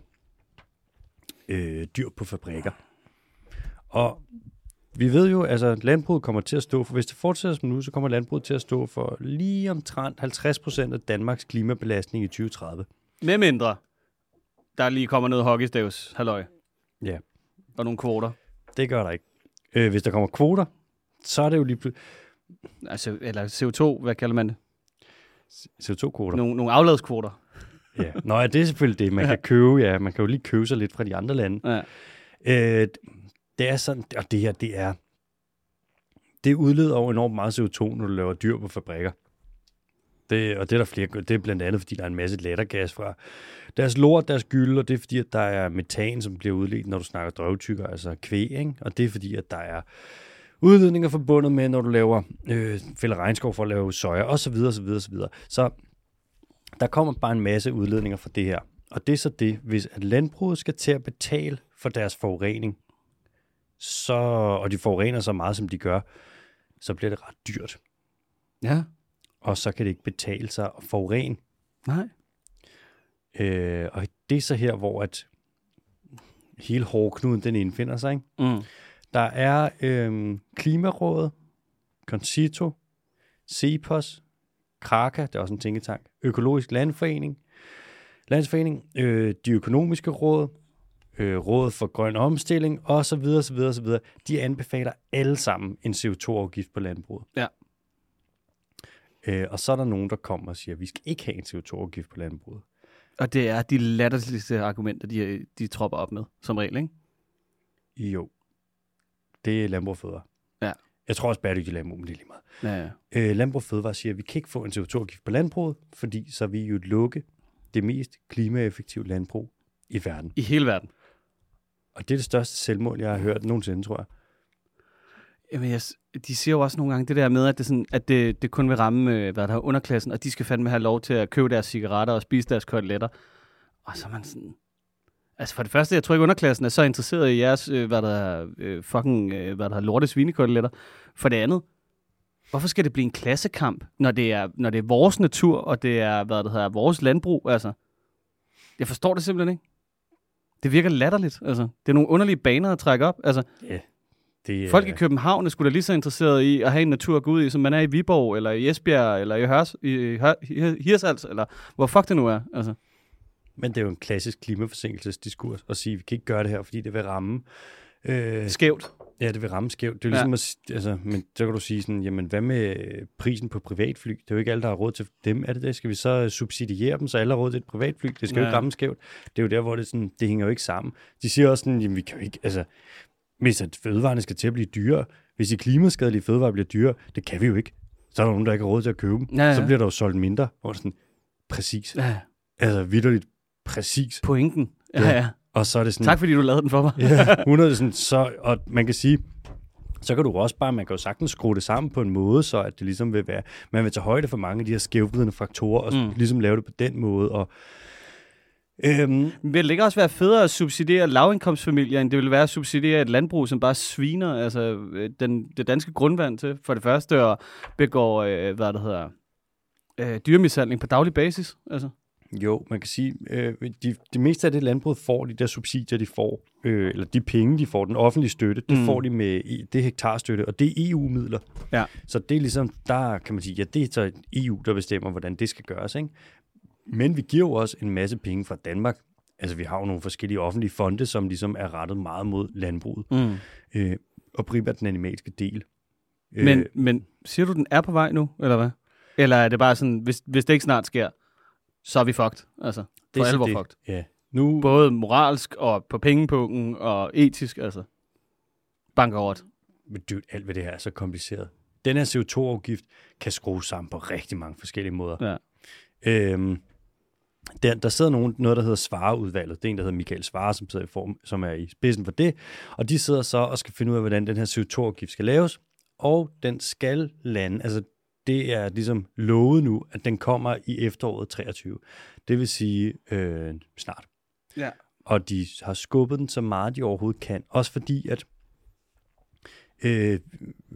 øh, dyr på fabrikker. Og vi ved jo, altså landbruget kommer til at stå for, hvis det fortsætter som nu, så kommer landbruget til at stå for lige omtrent halvtreds procent af Danmarks klimabelastning i tyve tredive. Med mindre, der lige kommer noget hockeystavs, halløj. Ja. Og nogle kvoter. Det gør der ikke. Øh, hvis der kommer kvoter, så er det jo lige pludselig... Altså, eller C O to, hvad kalder man det? C O to-kvoter. Nogle, nogle afladskvoter. Ja. Nå ja, det er selvfølgelig det. Man kan købe, ja, man kan jo lige købe sig lidt fra de andre lande. Ja. Øh, det er sådan, og det her, det er... Det udleder over enormt meget C O to, når du laver dyr på fabrikker. Det, og det er der flere, det er blandt andet, fordi der er en masse lattergas fra deres lort, deres gylde, og det er fordi, at der er metan, som bliver udledt, når du snakker drøvtykker, altså kvæg, ikke? Og det er fordi, at der er udledninger forbundet med, når du laver øh, fælder regnskov for at lave soja, og så videre, og så videre, og så videre. Så der kommer bare en masse udledninger fra det her. Og det er så det, hvis at landbruget skal til at betale for deres forurening, så, og de forurener så meget, som de gør, så bliver det ret dyrt. Ja. Og så kan det ikke betale sig at forurene. Nej. Øh, og det er så her, hvor at hele hårdknuden, den indfinder sig, ikke? Mm. Der er øh, Klimarådet, Concito, Cepos, Kraka, det er også en tænketank, Økologisk Landforening, Landsforening, øh, de økonomiske råd, øh, Rådet for Grøn Omstilling, og så videre, så videre, så videre. De anbefaler alle sammen en C O to-afgift på landbruget. Ja. Øh, og så er der nogen, der kommer og siger, at vi skal ikke have en C O to-afgift på landbruget. Og det er de latterligste argumenter, de, de tropper op med, som regel, ikke? Jo. Det er Landbrug Fødevare. Ja. Jeg tror også bæredygtig landbrug, men det er lige meget. Ja, ja. Øh, Landbrug Fødevare siger, at vi kan ikke få en C O to-afgift på landbruget, fordi så vil vi jo lukke det mest klimaeffektive landbrug i verden. I hele verden. Og det er det største selvmål, jeg har hørt nogensinde, tror jeg. Jamen, jeg, de siger jo også nogle gange det der med, at det, sådan, at det, det kun vil ramme øh, hvad der er underklassen, og de skal fandme have lov til at købe deres cigaretter og spise deres koteletter. Og så er man sådan... Altså for det første, jeg tror ikke, underklassen er så interesseret i jeres, øh, hvad der er, øh, fucking, øh, hvad der er lorte svinekoteletter. For det andet, hvorfor skal det blive en klassekamp, når det er, når det er vores natur, og det er, hvad der hedder, vores landbrug? Altså, jeg forstår det simpelthen ikke. Det virker latterligt. Altså, det er nogle underlige baner at trække op. Altså, Ja, det er... folk i København er sgu da lige så interesseret i at have en natur at gå ud i, som man er i Viborg, eller i Esbjerg, eller i, Hørs, i Hør- Hirtshals, eller hvor fuck det nu er. Altså. Men det er jo en klassisk klimaforsinkelsesdiskurs at sige, at vi kan ikke gøre det her, fordi det vil ramme... Øh, Skævt. Ja, det vil ramme skævt. Det er jo ligesom, ja. at, altså, men så kan du sige sådan, jamen hvad med prisen på privatfly? Det er jo ikke alle, der har råd til dem. Er det det? Skal vi så subsidiere dem, så alle har råd til et privatfly? Det skal ja. jo ikke ramme skævt. Det er jo der, hvor det, sådan, det hænger jo ikke sammen. De siger også sådan, jamen vi kan jo ikke, altså, hvis at fødevarene skal til at blive dyrere, hvis de klimaskadelige fødevarer bliver dyrere, det kan vi jo ikke. Så er der nogen, der ikke har råd til at købe dem. Ja, ja. Så bliver der jo solgt mindre. Hvor sådan, præcis. Ja. Altså vitterligt præcis. Pointen. Ja, ja. Og så er det sådan, tak fordi du lavede den for mig. Ja, hundrede sådan, så, og man kan sige, så kan du også bare, man kan jo sagtens skrue det sammen på en måde, så at det ligesom vil være, man vil tage højde for mange af de her skævvridende faktorer, og mm. ligesom lave det på den måde, og øhm, vil det ikke også være federe at subsidiere lavindkomstfamilier, end det vil være at subsidiere et landbrug, som bare sviner altså, den, det danske grundvand til, for det første, og begår, øh, hvad det hedder, øh, dyremishandling på daglig basis, altså. Jo, man kan sige, øh, de, de meste af det landbrug får, de der subsidier, de får, øh, eller de penge, de får, den offentlige støtte, det mm. får de med det hektarstøtte, og det er E U-midler. Ja. Så det er ligesom, der kan man sige, ja, det er så E U, der bestemmer, hvordan det skal gøres, ikke? Men vi giver jo også en masse penge fra Danmark. Altså, vi har jo nogle forskellige offentlige fonde, som ligesom er rettet meget mod landbruget, mm. øh, og primært den animalske del. Men, øh, men siger du, den er på vej nu, eller hvad? Eller er det bare sådan, hvis, hvis det ikke snart sker, så er vi fucked, altså. Det er for alvor det. fucked. Ja. Nu... Både moralsk og på pengepunkten og etisk, altså. Bankerot. Men dude, alt ved det her er så kompliceret. Den her C O to-afgift kan skrues sammen på rigtig mange forskellige måder. Ja. Øhm, der, der sidder nogen, noget, der hedder Svareudvalget. Det er en, der hedder Michael Svare, som, sidder i form, som er i spidsen for det. Og de sidder så og skal finde ud af, hvordan den her C O to-afgift skal laves. Og den skal lande, altså det er ligesom lovet nu, at den kommer i efteråret treogtyve. Det vil sige øh, snart. Ja. Og de har skubbet den så meget, de overhovedet kan. Også fordi, at øh,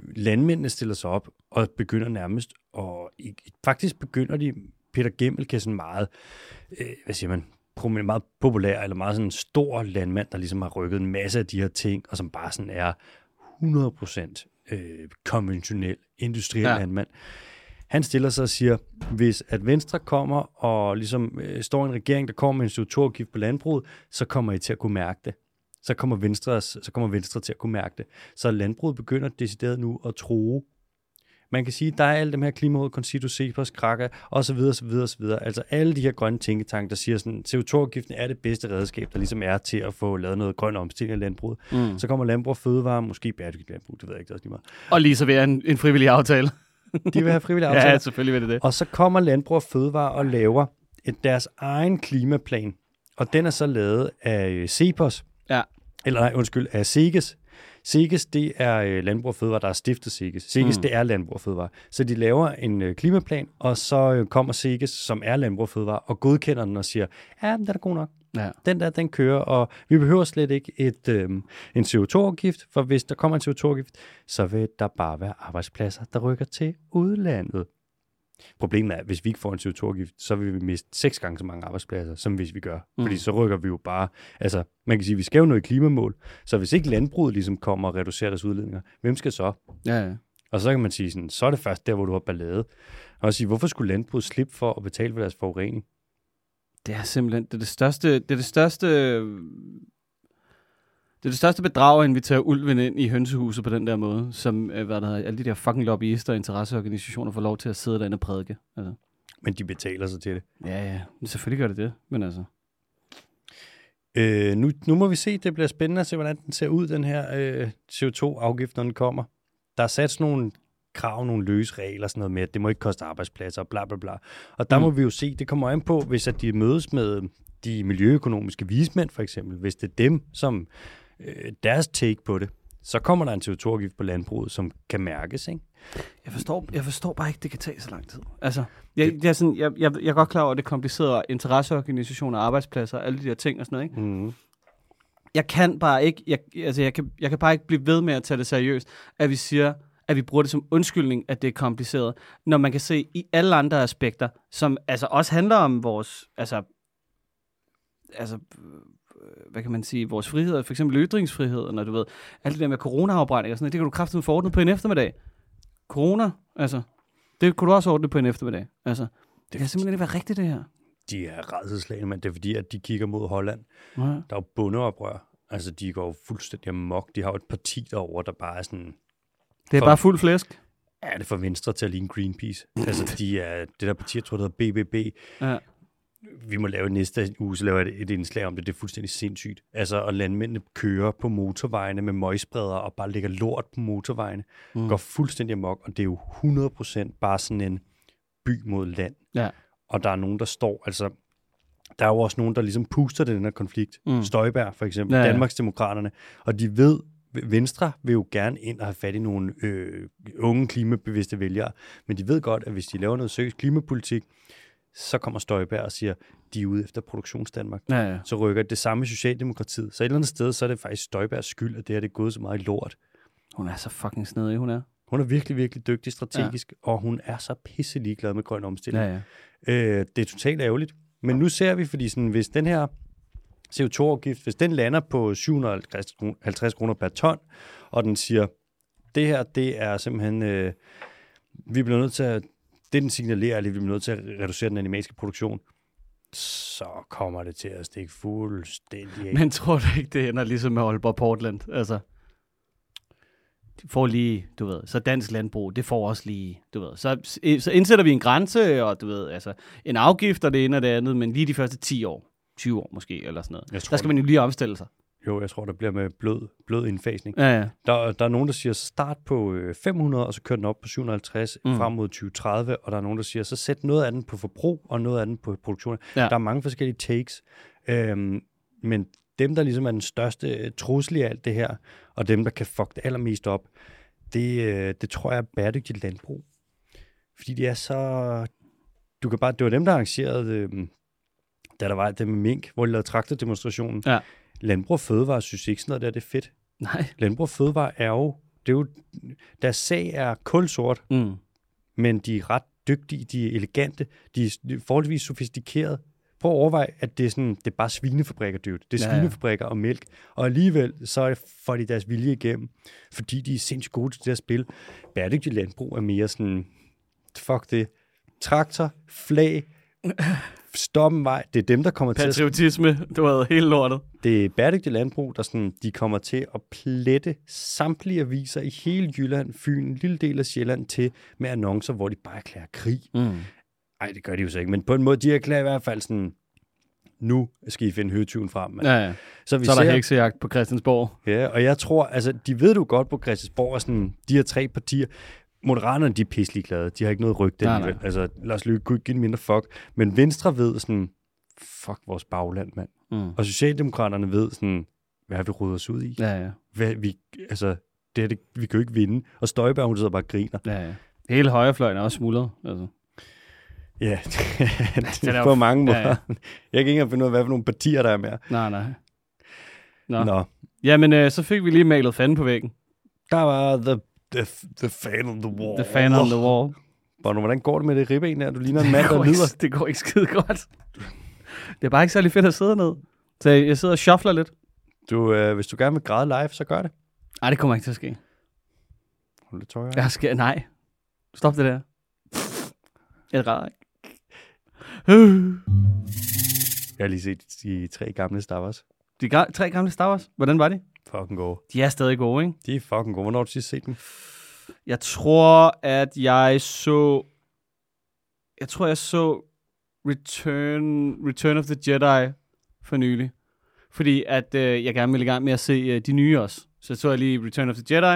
landmændene stiller sig op og begynder nærmest, og faktisk begynder de, Peter Gemmel sådan meget, øh, hvad siger man, meget populær, eller meget sådan en stor landmand, der ligesom har rykket en masse af de her ting, og som bare sådan er hundrede procent øh, konventionel, industriel ja. landmand. Han stiller sig og siger, hvis at Venstre kommer og ligesom øh, står i en regering, der kommer med en C O to afgift på landbruget, så kommer I til at kunne mærke det. Så kommer Venstre, så kommer Venstre til at kunne mærke det. Så landbruget begynder decideret nu at true. Man kan sige, at der er alle dem her Klimarådet, Concito, Cepos, Kraka, og så videre, så videre, så videre. Altså alle de her grønne tænketanke, der siger sådan, C O to afgiften er det bedste redskab, der ligesom er til at få lavet noget grøn omstilling af landbruget. Mm. Så kommer landbrug og fødevare, måske bæredygtigt landbrug, det ved jeg ikke, det er også lige meget. Og lige så vil en, en frivillig aftale. De vil have frivillige aftaler. Ja, selvfølgelig vil det det. Og så kommer landbrug og fødevare og laver et, deres egen klimaplan. Og den er så lavet af Cepos. Ja. Eller nej, undskyld, af Seges. Seges, det er øh, Landbrug og Fødevare, der er stiftet Seges. Seges, mm. det er Landbrug og Fødevare. Så de laver en øh, klimaplan, og så øh, kommer Seges, som er Landbrug og Fødevare, og godkender den og siger, ja, den er god nok. Ja. Den der, den kører, og vi behøver slet ikke et, øh, en C O to afgift, for hvis der kommer en C O to afgift, så vil der bare være arbejdspladser, der rykker til udlandet. Problemet er, at hvis vi ikke får en C O to afgift, så vil vi miste seks gange så mange arbejdspladser, som hvis vi gør. Mm. Fordi så rykker vi jo bare, altså man kan sige, at vi skal jo nå i klimamål, så hvis ikke landbruget ligesom kommer og reducerer deres udledninger, hvem skal så? Ja, ja. Og så kan man sige sådan, så er det først der, hvor du har ballade. Og sige, hvorfor skulle landbruget slippe for at betale for deres forurening? Det er simpelthen, det er det største, det er det største, det er det største bedrag, at invitere ulven ind i hønsehuset på den der måde, som, hvad der hedder, alle de der fucking lobbyister og interesseorganisationer får lov til at sidde derinde og prædike. Altså. Men de betaler sig til det. Ja, ja, selvfølgelig gør det det, men altså. Øh, nu, nu må vi se, det bliver spændende at se, hvordan den ser ud, den her øh, C O to afgift, når den kommer. Der er sat sådan nogle krav, nogle løse regler, sådan noget med, at det må ikke koste arbejdspladser, og bla bla bla. Og der mm. må vi jo se, det kommer an på, hvis at de mødes med de miljøøkonomiske vismænd, for eksempel, hvis det er dem, som øh, deres take på det, så kommer der en C O to afgift på landbruget, som kan mærkes, ikke? Jeg forstår, jeg forstår bare ikke, det kan tage så lang tid. Altså, jeg, jeg, er sådan, jeg, jeg, jeg er godt klar over, at det er kompliceret, interesseorganisationer, arbejdspladser, alle de der ting og sådan noget, ikke? Mm. Jeg kan bare ikke, jeg, altså jeg kan, jeg kan bare ikke blive ved med at tage det seriøst, at vi siger, at vi bruger det som undskyldning, at det er kompliceret, når man kan se i alle andre aspekter, som altså også handler om vores, altså, altså, hvad kan man sige, vores friheder, for eksempel ytringsfrihed, når du ved, alt det der med corona-afbrænding og sådan noget, det kan du kraftigt få ordnet på en eftermiddag. Corona, altså, det kunne du også ordne på en eftermiddag. Altså, det kan simpelthen ikke være rigtigt, det her. De er rædselslagende, men det er fordi, at de kigger mod Holland. Ja. Der er jo bondeoprør. Altså, de går jo fuldstændig amok. De har jo et parti derovre, der bare er sådan... Det er for, bare fuld flæsk? Ja, det er for Venstre til at ligne Greenpeace. Altså, de er, det der parti, jeg tror, der hedder B B B. Ja. Vi må lave næste uge, så laver jeg et, et indslag om det. Det er fuldstændig sindssygt. Altså, og landmændene kører på motorvejene med møgspreder og bare lægger lort på motorvejene. Mm. Går fuldstændig amok, og det er jo hundrede procent bare sådan en by mod land. Ja. Og der er nogen, der står, altså... Der er jo også nogen, der ligesom puster den her konflikt. Mm. Støjberg, for eksempel. Ja, ja. Danmarksdemokraterne. Og de ved... Venstre vil jo gerne ind og have fat i nogle øh, unge klimabevidste vælgere, men de ved godt, at hvis de laver noget seriøs klimapolitik, så kommer Støjberg og siger, de er ude efter produktionsdanmark. Ja, ja. Så rykker det samme Socialdemokratiet. Så et eller andet sted, så er det faktisk Støjbergs skyld, at det her det er gået så meget i lort. Hun er så fucking snedig, hun er. Hun er virkelig, virkelig dygtig strategisk, ja. Og hun er så pisse ligeglad med grøn omstilling. Ja, ja. Øh, det er totalt ærgerligt. Men nu ser vi, fordi sådan, hvis den her C O to afgift, hvis den lander på syv hundrede og halvtreds kroner per ton, og den siger, det her, det er simpelthen, øh, vi bliver nødt til at, det den signalerer, at vi bliver nødt til at reducere den animalske produktion, så kommer det til at stikke fuldstændig af. Men tror du ikke, det ender ligesom med Aalborg Portland? Altså, de får lige, du ved, så dansk landbrug, det får også lige, du ved, så, så indsætter vi en grænse, og du ved, altså, en afgift og det ene og det andet, men lige de første ti år. tyve år måske, eller sådan noget. Tror, der skal man jo lige omstille sig. Jo, jeg tror, der bliver med blød, blød indfasning. Ja, ja. Der, der er nogen, der siger, så start på fem hundrede, og så kører den op på syv hundrede og halvtreds mm. frem mod tyve tredive, og der er nogen, der siger, så sæt noget af den på forbrug, og noget af den på produktion. Ja. Der er mange forskellige takes, øhm, men dem, der ligesom er den største trussel i alt det her, og dem, der kan fuck det allermest op, det, det tror jeg er bæredygtigt landbrug. Fordi de er så... Du kan bare, det var dem, der arrangerede... Øhm, da der var det med mink, hvor de lavede traktordemonstrationen. Ja. Landbrug og Fødevare synes ikke sådan noget der, det er fedt. Nej. Landbrug og Fødevare er jo det er jo, deres sag er kulsort, Mm. men de er ret dygtige, de er elegante, de er forholdsvis sofistikerede. Prøv at overveje, at det er, sådan, det er bare svinefabrikker, dude. Det er Ja, ja. svinefabrikker og mælk. Og alligevel, så får de deres vilje igennem, fordi de er sindssygt gode til det her spil. Bæredygtig landbrug er mere sådan, fuck det, traktor, flag, stop en vej. Det er dem, der kommer til at... Patriotisme, det var helt lortet. Det er bæredygtig landbrug, der sådan, de kommer til at plette samtlige aviser i hele Jylland, Fyn, en lille del af Sjælland til med annoncer, hvor de bare erklærer krig. Mm. Nej, det gør de jo så ikke, men på en måde, de erklærer i hvert fald sådan, nu skal I finde høgetyven frem. Man. Ja, ja. Så, vi Så er der ser, heksejagt på Christiansborg. ja, og jeg tror, altså, de ved du godt på Christiansborg, og sådan, de her tre partier, Moderaterne, de er pisselig glade. De har ikke noget rygte Nej, alligevel. nej. Altså, Lars Løkke kunne ikke give en mindre fuck. Men Venstre ved sådan, fuck vores bagland, mand. Mm. Og Socialdemokraterne ved sådan, hvad har vi rodet os ud i? Ja, ja. Hvad, vi, altså, det er det, vi kan jo ikke vinde. Og Støjberg, hun sidder bare og griner. ja, ja. Hele højrefløjen er også smuldret. Altså. Ja, det Den er er jo- på mange måder. ja, ja. Jeg kan ikke engang finde ud af, hvad for nogle partier, der er mere. Nej, nej. Nå. Nå. Jamen, øh, så fik vi lige malet fanden på væggen. Der var the, the, the fan on the wall. The fan on the wall. Bono, hvordan går det med det ribben der? Du ligner en mand, det, der går lider. ikke, det går ikke skide godt. Det er bare ikke særlig fedt at sidde ned. Så jeg sidder og shuffler lidt. Du, øh, hvis du gerne vil græde live, så gør det. Nej, det kommer ikke til at ske. Hold lidt tøj. Jeg skal, nej. Stop det der. Jeg græder ikke. Jeg har lige set de tre gamle Star Wars. De ga- tre gamle Star Wars, hvordan var de? Fucking gode. De er stadig gode, ikke? De er fucking gode. Hvornår har du sidst set dem? Jeg tror, at jeg så... Jeg tror, jeg så Return, Return of the Jedi for nylig. Fordi at øh, jeg gerne ville i gang med at se øh, de nye også. Så så jeg lige Return of the Jedi.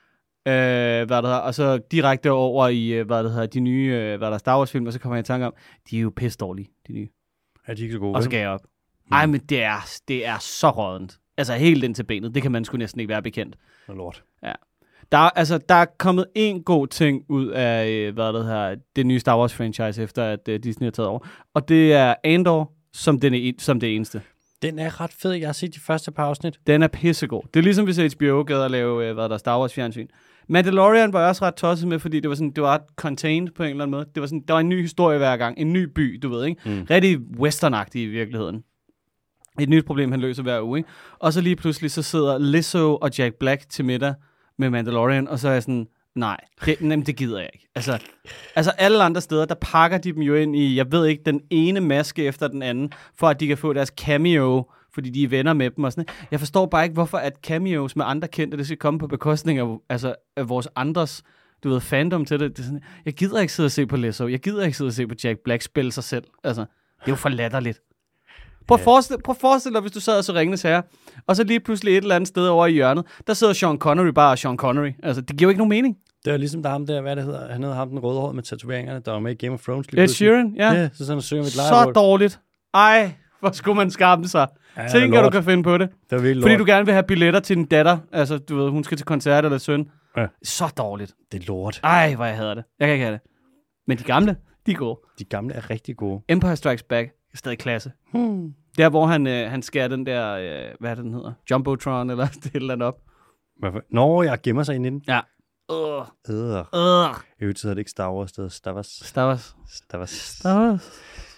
Øh, hvad det hedder, og så direkte over i, øh, hvad det hedder, de nye øh, hvad der Star Wars film, og så kommer jeg i tanke om, de er jo pisse dårlige, de nye. Er de ikke så gode? Og så vel? gav jeg op. Ej, men det er, det er så rådent. Altså helt ind til benet. Det kan man sgu næsten ikke være bekendt. Nå, lort. Der, er- altså, der er kommet en god ting ud af, øh, hvad det her, det nye Star Wars franchise, efter at uh, Disney har taget over. Og det er Andor, som, den er, som det eneste. Den er ret fed. Jeg har set de første par afsnit. Den er pissegod. Det er ligesom, hvis H B O gad at lave, øh, hvad der Star Wars fjernsyn. Mandalorian var jeg også ret tosset med, fordi det var sådan, det var ret contained på en eller anden måde. Det var sådan, der var en ny historie hver gang. En ny by, du ved, ikke? Mm. Rigtig westernagtig i virkeligheden. Et nyt problem, han løser hver uge, ikke? Og så lige pludselig, så sidder Lizzo og Jack Black til middag med Mandalorian, og så er jeg sådan, nej, det, nem, det gider jeg ikke. Altså, altså alle andre steder, der pakker de dem jo ind i, jeg ved ikke, den ene maske efter den anden, for at de kan få deres cameo, fordi de er venner med dem og sådan. Jeg forstår bare ikke, hvorfor at cameos med andre kendte, det skal komme på bekostning af, altså, af vores andres, du ved, fandom til det. Det er sådan, jeg gider ikke sidde og se på Lizzo, jeg gider ikke sidde og se på Jack Black spille sig selv. Altså, det er jo for latterligt. Prøv at, Ja. forestille, prøv at forestille dig, hvis du sad og så Ringenes Herre, og så lige pludselig et eller andet sted over i hjørnet, der sidder Sean Connery bare Sean Connery. Altså, det giver jo ikke nogen mening. Det er ligesom der ham der, hvad det hedder. Han hedder ham den røde hår med tatoveringerne, der var med i Game of Thrones. Ed Sheeran, ja. Ja, så sådan at synge med et Så lejrebål. dårligt. Ej, hvor skulle man skamme sig. Ja, Tænk, det er at du lort. kan finde på det. Det er virkelig Fordi lort. du gerne vil have billetter til din datter. Altså, du ved, hun skal til koncert eller søn. Ja. Så dårligt. Det er lort. Ej, hvor jeg hader det. Jeg kan ikke have det. Men de gamle, de er gode. De gamle er rigtig gode. Empire Strikes Back er stadig klasse. Hmm. Der, hvor han, øh, han skærer den der, øh, hvad er det, den hedder? Jumbotron eller det eller andet op. Hvorfor? Nå, jeg gemmer sig ind i den. Ja. Uh, Øh. uh. I øvrigt hedder det ikke Star Wars, det hedder Star Wars. Star Wars. Star Wars. Star Wars.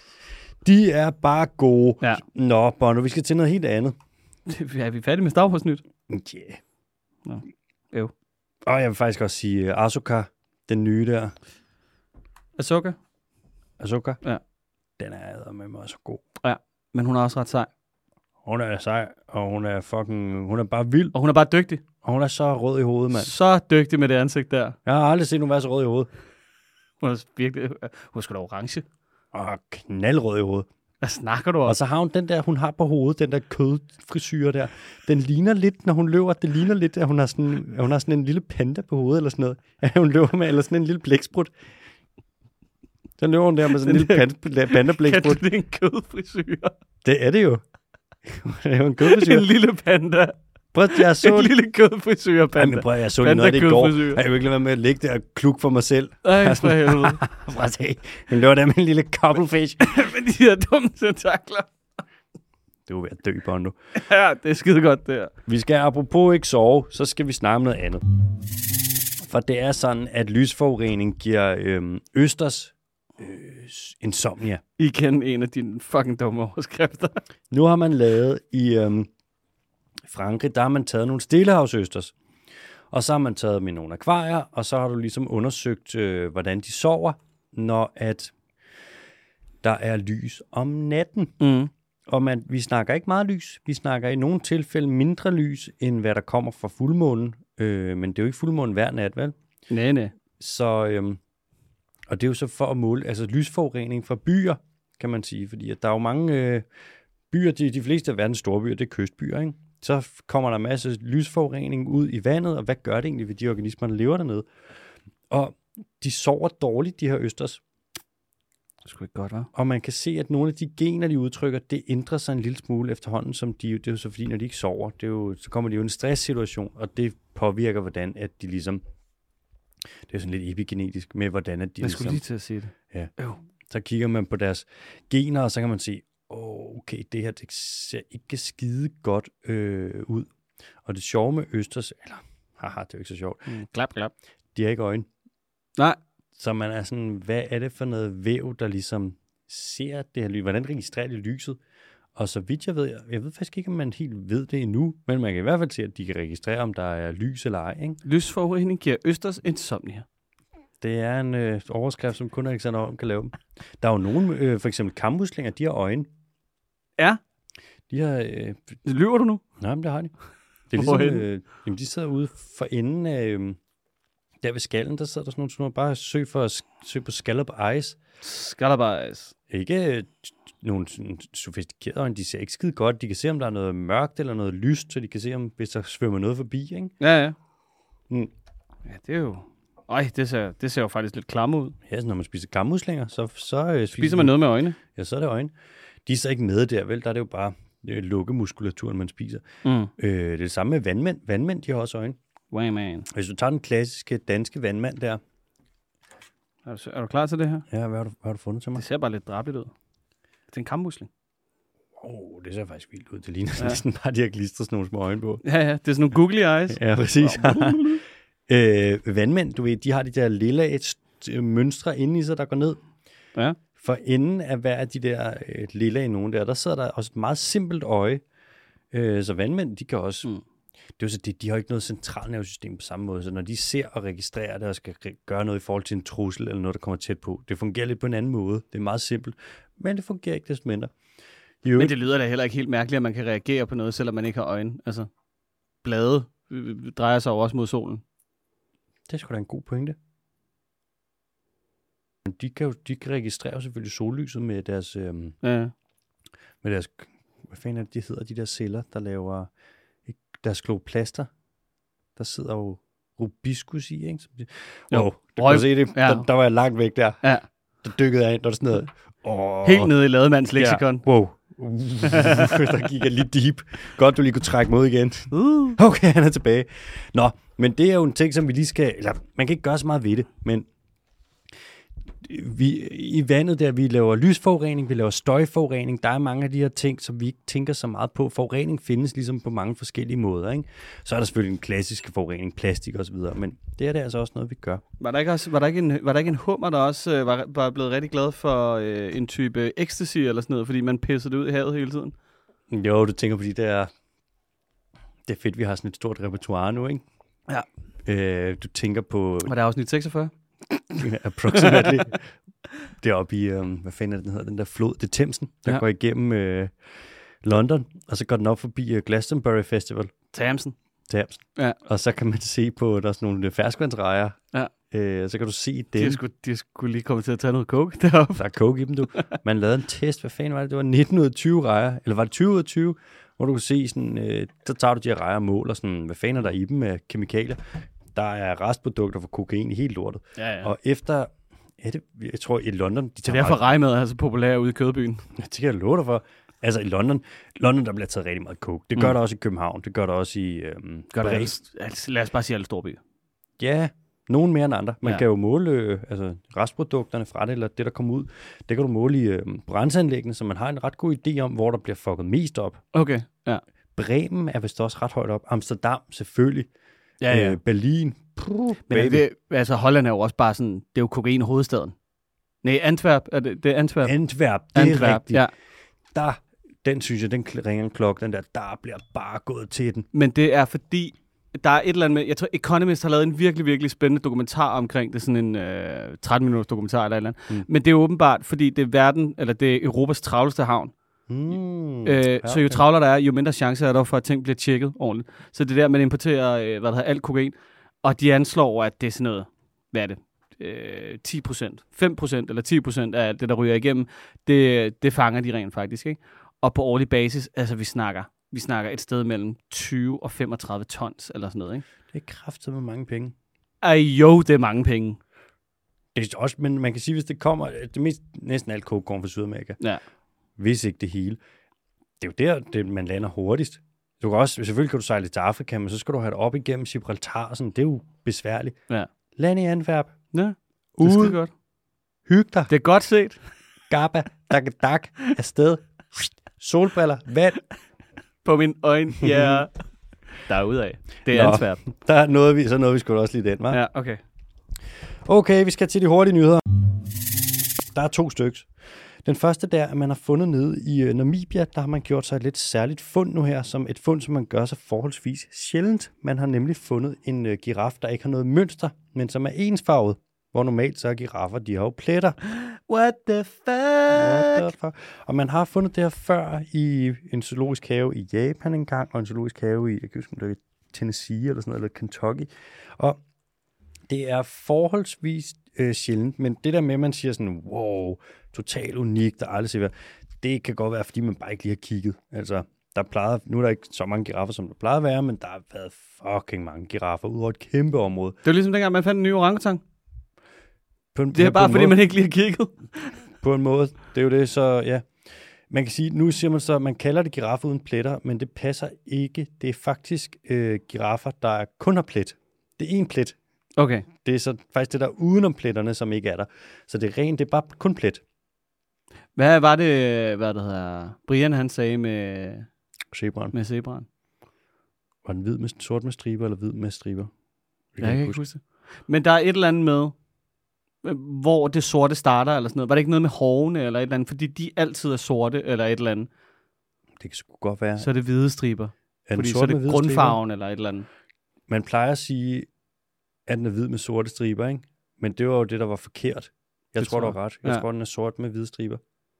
De er bare gode. Ja. Nå, Bono, vi skal til noget helt andet. Er vi færdige med Star Wars nyt? Yeah. Nå. Øv. Og jeg vil faktisk også sige uh, Ahsoka, den nye der. Ahsoka. Ahsoka? Ja. Den er med mig så god. Men hun er også ret sej. Hun er sej, og hun er fucking, hun er bare vild. Og hun er bare dygtig. Og hun er så rød i hovedet, mand. Så dygtig med det ansigt der. Jeg har aldrig set nogen være så rød i hovedet. Hun er virkelig... Hun er sgu da orange. Og knaldrød i hovedet. Hvad snakker du om? Og så har hun den der, hun har på hovedet, den der kødfrisyre der. Den ligner lidt, når hun løber, det ligner lidt, at hun har sådan, at hun har sådan en lille panda på hovedet, eller sådan noget. At hun løber med, eller sådan en lille blæksprut. Så løber hun der med sådan en lille panda, panda-blæksprut. Kan det en kødfrisyre? Det er det jo. Det er jo en En kødfrisyre. lille panda. Prøv, jeg så... En lille kødfrisyre Ej, panda. men prøv, jeg så lige noget af det i går. Panda-kødfrisyre. Jeg vil ikke lade være med at ligge der og klukke for mig selv. Ej, for helvede. Prøv at se. Hun løber der med en lille cobblefish. Men de her dumme tentakler. Du er ved at dø, Bondo. Ja, det er skide godt, det her. Vi skal apropos ikke sove, så skal vi snakke om noget andet. For det er sådan, at lysforurening giver øhm, østers øh, insomnia. Igen en af dine fucking dumme overskrifter. Nu har man lavet i øhm, Frankrig, der har man taget nogle stillehavsøsters. Og så har man taget med nogle akvarier, og så har du ligesom undersøgt, øh, hvordan de sover, når at der er lys om natten. Mm. Og man, vi snakker ikke meget lys. Vi snakker i nogle tilfælde mindre lys, end hvad der kommer fra fuldmånen. Øh, men det er jo ikke fuldmånen hver nat, vel? Nej, nej. Så, øhm, og det er jo så for at måle, altså lysforurening fra byer, kan man sige. Fordi at der er jo mange øh, byer, de, de fleste af verdens store byer, det er kystbyer, ikke? Så kommer der en masse lysforurening ud i vandet, og hvad gør det egentlig ved de organismer, der lever dernede? Og de sover dårligt, de her østers. Det skulle ikke godt, hva'? Og man kan se, at nogle af de gener, de udtrykker, det ændrer sig en lille smule efterhånden, som de, det er jo så fordi, når de ikke sover, det er jo, så kommer de jo i en stresssituation, og det påvirker, hvordan at de ligesom, det er sådan lidt epigenetisk med, hvordan at de Jeg skulle ligesom, lige til at sige det. ja, Jo. så kigger man på deres gener, og så kan man se, åh, okay, det her det ser ikke skide godt øh, ud. Og det sjove med østers, eller, haha, det er jo ikke så sjovt, Mm. Klap, klap. de har ikke øjne. Nej. Så man er sådan, hvad er det for noget væv, der ligesom ser det her lys? Hvordan registrerer de lyset? Og så vidt jeg ved, jeg, jeg ved faktisk ikke, om man helt ved det endnu, men man kan i hvert fald se, at de kan registrere, om der er lys eller ej, ikke? Lysforurening giver østers insomnia. Det er en øh, overskrift, som kun Alexander Holm kan lave dem. Der er jo nogen, øh, for eksempel kammuslinger, de har øjne. Ja. De har... Øh, Lyver du nu? nej, men det har de. Det er ligesom, øh, jamen, de sidder ude for enden af... Øh, der ved skallen, der sidder der sådan nogle, sådan nogle bare søg for at søg på scallop eyes. Scallop eyes. Ikke øh, nogle sådan sofistikerede øjne, de ser ikke skide godt. De kan se, om der er noget mørkt eller noget lyst, så de kan se, om hvis der svømmer noget forbi, ikke? Ja, ja. Mm. Ja, det er jo... Ej, det ser, det ser jo faktisk lidt klamme ud. Ja, så når man spiser kammuslinger, så, så øh, Spiser man noget med øjne? Ja, så er det øjne. De er så ikke med der, vel? Der er det jo bare øh, lukkemuskulaturen, man spiser. Mm. Øh, det er det samme med vandmænd. Vandmænd, de har også øjne. Way man. Hvis du tager den klassiske danske vandmand der. Er du, er du klar til det her? Ja, hvad har du, hvad har du fundet til mig? Det ser bare lidt drabeligt ud. Det er en kammusling. Åh, oh, det ser faktisk vildt ud. Det ligner ja. næsten bare, de har klistret sådan nogle små øjne på. Ja, ja. Det er sådan nogle googly eyes. Ja, præcis. øh, vandmænd, du ved, de har de der lille mønstre inde i sig, der går ned. Ja. For enden af hver af de der øh, lille i nogen der, der sidder der også et meget simpelt øje. Øh, så vandmænd, de kan også... Mm. Det er jo så det, de har ikke noget centralnervesystem på samme måde, så når de ser og registrerer det og skal gøre noget i forhold til en trussel eller noget, der kommer tæt på, det fungerer lidt på en anden måde. Det er meget simpelt, men det fungerer ikke desto mindre. Jo. Men det lyder da heller ikke helt mærkeligt, at man kan reagere på noget, selvom man ikke har øjne. Altså, blade øh, drejer sig jo også mod solen. Det er sgu da en god pointe. De kan jo de kan registrere selvfølgelig sollyset med deres, øhm, Ja. med deres, hvad fanden er det, de hedder, de der celler, der laver deres kloplaster. Der sidder jo rubiskus i, ikke? De, jo. Oh, du kan se det. Ja. Der, der var jeg langt væk der. Ja. Der dykkede jeg ind, der var sådan noget. Oh. Helt nede i lademands leksikon. Ja. Wow. Uh, der gik jeg lige deep. Godt, du lige kunne trække mod igen. Uh. Okay, han er tilbage. Nå, men det er jo en ting, som vi lige skal... Eller, man kan ikke gøre så meget ved det, men... Vi, i vandet der, vi laver lysforurening, vi laver støjforurening. Der er mange af de her ting, som vi ikke tænker så meget på. Forurening findes ligesom på mange forskellige måder, ikke? Så er der selvfølgelig en klassisk forurening, plastik og så videre, men det er det altså også noget, vi gør. Var der ikke, også, var der ikke, en, var der ikke en hummer, der også øh, var, var blevet rigtig glad for øh, en type ecstasy eller sådan noget, fordi man pisser det ud i havet hele tiden? Jo, du tænker på de der... Det er fedt, vi har sådan et stort repertoire nu, ikke? Ja. Øh, du tænker på... Var det afsnit seksogfyrre? Approximately. Det er oppe i, um, hvad fanden er det, den hedder, den der flod, det er Themsen, der ja. går igennem uh, London, og så går den op forbi uh, Glastonbury Festival. Thamesen. Thamesen. Ja. Og så kan man se på, der er sådan nogle ferskvandsrejer, ja. uh, så kan du se dem. De skulle, de skulle lige komme til at tage noget coke deroppe. Der er coke i dem, du. Man lavede en test, hvad fanden var det, det var nitten ud af tyve rejer, eller var det tyve ud af tyve, hvor du kunne se sådan, uh, så tager du de her rejer og måler sådan, hvad fanden er der i dem af kemikalier. Der er restprodukter for kokain i helt lortet. Ja, ja. Og efter, ja, det, jeg tror i London... De det er derfor rejmad er så populær ude i Kødbyen. Ja, det kan jeg love dig for. Altså i London, London der bliver taget rigtig meget coke. Det gør mm. der også i København. Det gør der også i... Øhm, gør der altså, lad os bare sige alle store byer. Ja, nogen mere end andre. Man ja. kan jo måle øh, altså, restprodukterne fra det, eller det, der kommer ud. Det kan du måle i øh, brændsanlæggene, så man har en ret god idé om, hvor der bliver fucket mest op. Okay, ja. Bremen er vist også ret højt op. Amsterdam selvfølgelig. Ja, ja. Øh, Berlin, Puh, Men er det, altså, Holland er jo også bare sådan, det er jo kokain hovedstaden. Nej, Antwerp, er det, det er Antwerp? Antwerp, det Antwerp, er rigtigt. ja. Der, den synes jeg, den ringer en klokke, den der, der bliver bare gået til den. Men det er fordi, der er et eller andet med, jeg tror Economist har lavet en virkelig, virkelig spændende dokumentar omkring det, sådan en øh, tretten minutters dokumentar eller et eller andet. Mm. Men det er åbenbart, fordi det er verden, eller det er Europas travleste havn. Mm, øh, ja, okay. Så jo travlere der er, jo mindre chance er der for, at ting bliver tjekket ordentligt. Så det der, man importerer, øh, hvad der hedder, alt kokain, og de anslår, at det er sådan noget, hvad er det, øh, ti procent, fem procent eller ti procent af alt det, der ryger igennem, det, det fanger de rent faktisk, ikke? Og på årlig basis, altså vi snakker, vi snakker et sted mellem tyve og femogtredive tons, eller sådan noget, ikke? Det er kraftedeme mange penge. Ej, jo, det er mange penge. Det er også, men man kan sige, hvis det kommer, det mest, næsten alt coke kommer fra Sydamerika. Ja. Hvis ikke det hele. Det er jo der, det, man lander hurtigst. Du kan også, selvfølgelig kan du sejle til Afrika, men så skal du have det op igennem Gibraltar, sådan, det er jo besværligt. Ja. Land i Antwerp. Ja, det er skide godt. Hyg dig. Det er godt set. Gabba, dak, dak, afsted. Solbriller, vand. På mine øjne, ja. Yeah. Derudad. Det er Nå, Antwerpen. Der er noget, vi, så noget, vi skulle også lige den, hva'? Ja, okay. Okay, vi skal til de hurtige nyheder. Der er to stykker. Den første der, at man har fundet nede i Namibia, der har man gjort sig et lidt særligt fund nu her, som et fund, som man gør sig forholdsvis sjældent. Man har nemlig fundet en uh, giraf, der ikke har noget mønster, men som er ensfarvet, hvor normalt så er giraffer, de har jo pletter. What the fuck? What the fuck? Og man har fundet det her før i en zoologisk have i Japan engang, og en zoologisk have i, jeg kan huske, om det er Tennessee eller sådan noget, eller Kentucky. Og det er forholdsvis øh, sjældent, men det der med, at man siger sådan, wow, totalt unikt, der aldrig ser, det kan godt være, fordi man bare ikke lige har kigget. Altså, der plejede, nu er der ikke så mange giraffer, som der plejede at være, men der har været fucking mange giraffer ud over et kæmpe område. Det er ligesom dengang, man fandt en ny orangutang. På en, det er bare, fordi måde, man ikke lige har kigget. På en måde, det er jo det, så ja. Man kan sige, nu siger man så, man kalder det giraffer uden pletter, men det passer ikke. Det er faktisk øh, giraffer, der kun har plet. Det er en plet. Okay. Det er så faktisk det der udenom pletterne, som ikke er der. Så det er rent, det er bare kun plet. Hvad var det, hvad det hedder, Brian han sagde med Zebraen. Med zebraen. Var den hvid med sort med striber, eller hvid med striber? Jeg kan ikke huske. huske det. Men der er et eller andet med, hvor det sorte starter, eller sådan noget. Var det ikke noget med hårene, eller et eller andet? Fordi de altid er sorte, eller et eller andet. Det kan sgu godt være. Så er det hvide striber. Er fordi så er det grundfarven, eller et eller andet. Man plejer at sige, at den er hvid med sorte striber, ikke? Men det var jo det, der var forkert. Jeg det tror, du har ret. Jeg ja. tror, den er sort med hvide striber.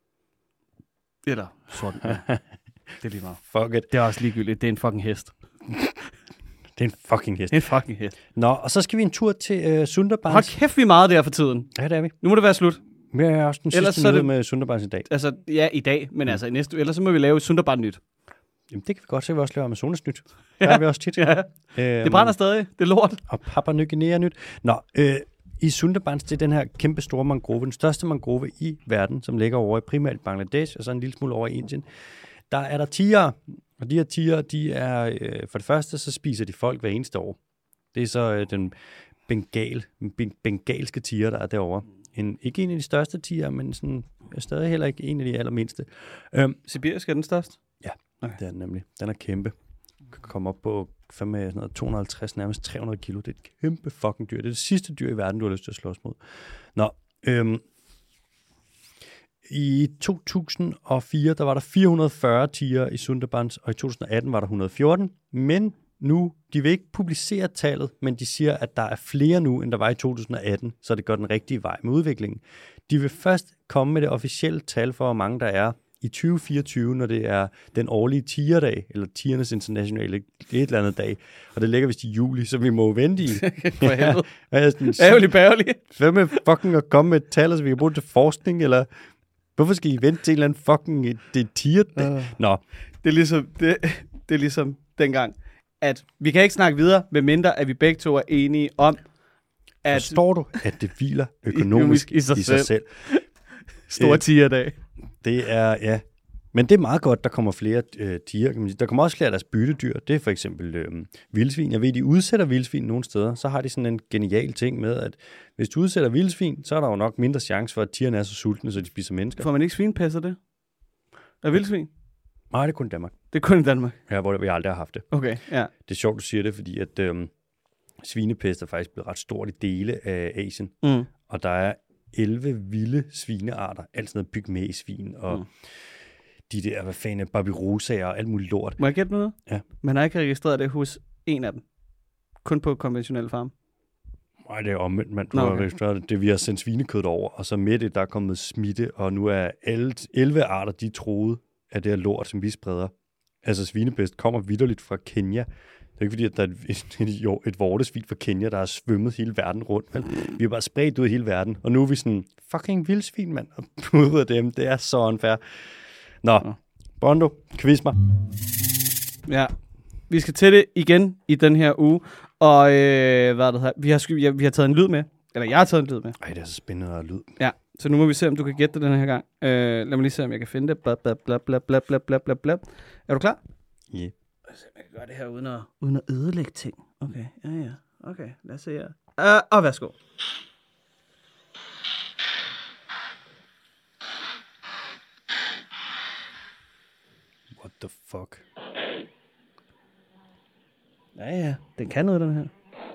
Eller sort. Ja. Det er lige meget. Fuck it. Det er også ligegyldigt. Det er en fucking hest. Det er en fucking hest. Det er en fucking hest. Nå, og så skal vi en tur til uh, Sundarbans. Hold kæft, vi er meget der for tiden. Ja, det er vi. Nu må det være slut. Vi er også den ellers sidste nyhed det... med Sundarbans i dag. Altså, ja, i dag, men mm. altså i næste uge. Ellers så må vi lave Sundarbans nyt. Jamen, det kan vi godt se, vi også laver Amazonas nyt. Der ja. er vi også tit. Ja. Øhm, det brænder stadig. Det er lort. Og Papua Ny Guinea nyt. Nå, øh, i Sundarbans, det er den her kæmpe store mangrove, den største mangrove i verden, som ligger over i primært Bangladesh, og så en lille smule over i Indien. Der er der tiger, og de her tiger, de er, øh, for det første, så spiser de folk hver eneste år. Det er så øh, den bengal, ben, bengalske tiger, der er derovre. En, ikke en af de største tiger, men sådan, stadig heller ikke en af de allermindste. Øhm, Sibirisk er den største? Ja, okay. Det er den nemlig. Den er kæmpe. Kan komme op på fandme sådan noget to hundrede og halvtreds, nærmest tre hundrede kilo. Det er et kæmpe fucking dyr. Det er det sidste dyr i verden, du har lyst til at slås mod. Nå, øhm, i to tusind og fire, der var der fire hundrede og fyrre tiger i Sundarbans, og i to tusind og atten var der et hundrede og fjorten. Men nu, de vil ikke publicere tallet, men de siger, at der er flere nu, end der var i to tusind og atten, så det går den rigtige vej med udviklingen. De vil først komme med det officielle tal for, hvor mange der er i tyve fireogtyve, når det er den årlige tigerdag, eller tigernes internationale et eller andet dag, og det ligger vist i juli, så vi må vente i. For helvede. Ja, ærgerlig, bærgerlig. Hvad med fucking at komme med et tal, så vi kan bruge det til forskning, eller hvorfor skal I vente til en eller anden fucking det tigerdag? Uh, Nå. Det er ligesom, det, det er ligesom dengang, at vi kan ikke snakke videre, medmindre at vi begge to er enige om, at... Forstår du, at det hviler økonomisk i sig, i sig selv? selv. Stor tigerdag. Det er, ja. Men det er meget godt, der kommer flere øh, tiger. Kan man sige. Der kommer også flere af deres byttedyr. Det er for eksempel øh, vildsvin. Jeg ved, de udsætter vildsvin nogle steder. Så har de sådan en genial ting med, at hvis du udsætter vildsvin, så er der jo nok mindre chance for, at tigerne er så sultne, så de spiser mennesker. Får man ikke svinpasser det? Er vildsvin? Nej, det er kun i Danmark. Det er kun i Danmark? Ja, hvor vi aldrig har haft det. Okay, ja. Det er sjovt, du siger det, fordi at... Øh, svinepest er faktisk blevet ret stort i dele af Asien. Mm. Og der er elleve vilde svinearter. Alt sådan noget pygmæsvin og mm. de der, hvad fanden, babirusaer og alt muligt lort. Må jeg gætte noget? Ja. Man har ikke registreret det hos en af dem. Kun på konventionel farm. Nej, det er omvendt, mand. Du Nå, har okay. registreret det. Det, vi har sendt svinekød over, og så med det, der er kommet smitte, og nu er alle elleve arter, de er troede af det her lort, som vi spreder. Altså svinepest kommer vitterligt fra Kenya. Det er ikke fordi, at der er et, et, et vortesvin fra Kenya, der har svømmet hele verden rundt. Men vi har bare spredt ud i hele verden, og nu er vi sådan, fucking vildsvin, mand, og udrydder dem. Det er så unfair. Nå, Bondo, quiz mig. Ja, vi skal til det igen i den her uge, og øh, hvad er det her? Vi har, sky- ja, vi har taget en lyd med, eller jeg har taget en lyd med. Ej, det er så spændende at lyd. Ja, så nu må vi se, om du kan gætte det den her gang. Øh, lad mig lige se, om jeg kan finde det. Bla, bla, bla, bla, bla, bla, bla, bla, bla. Er du klar? Ja. Yeah. Jeg kan gøre det her uden at, uden at ødelægge ting. Okay, ja, ja. Okay, lad os se her. Uh, og værsgo. What the fuck? Ja, ja. Den kan noget, den her.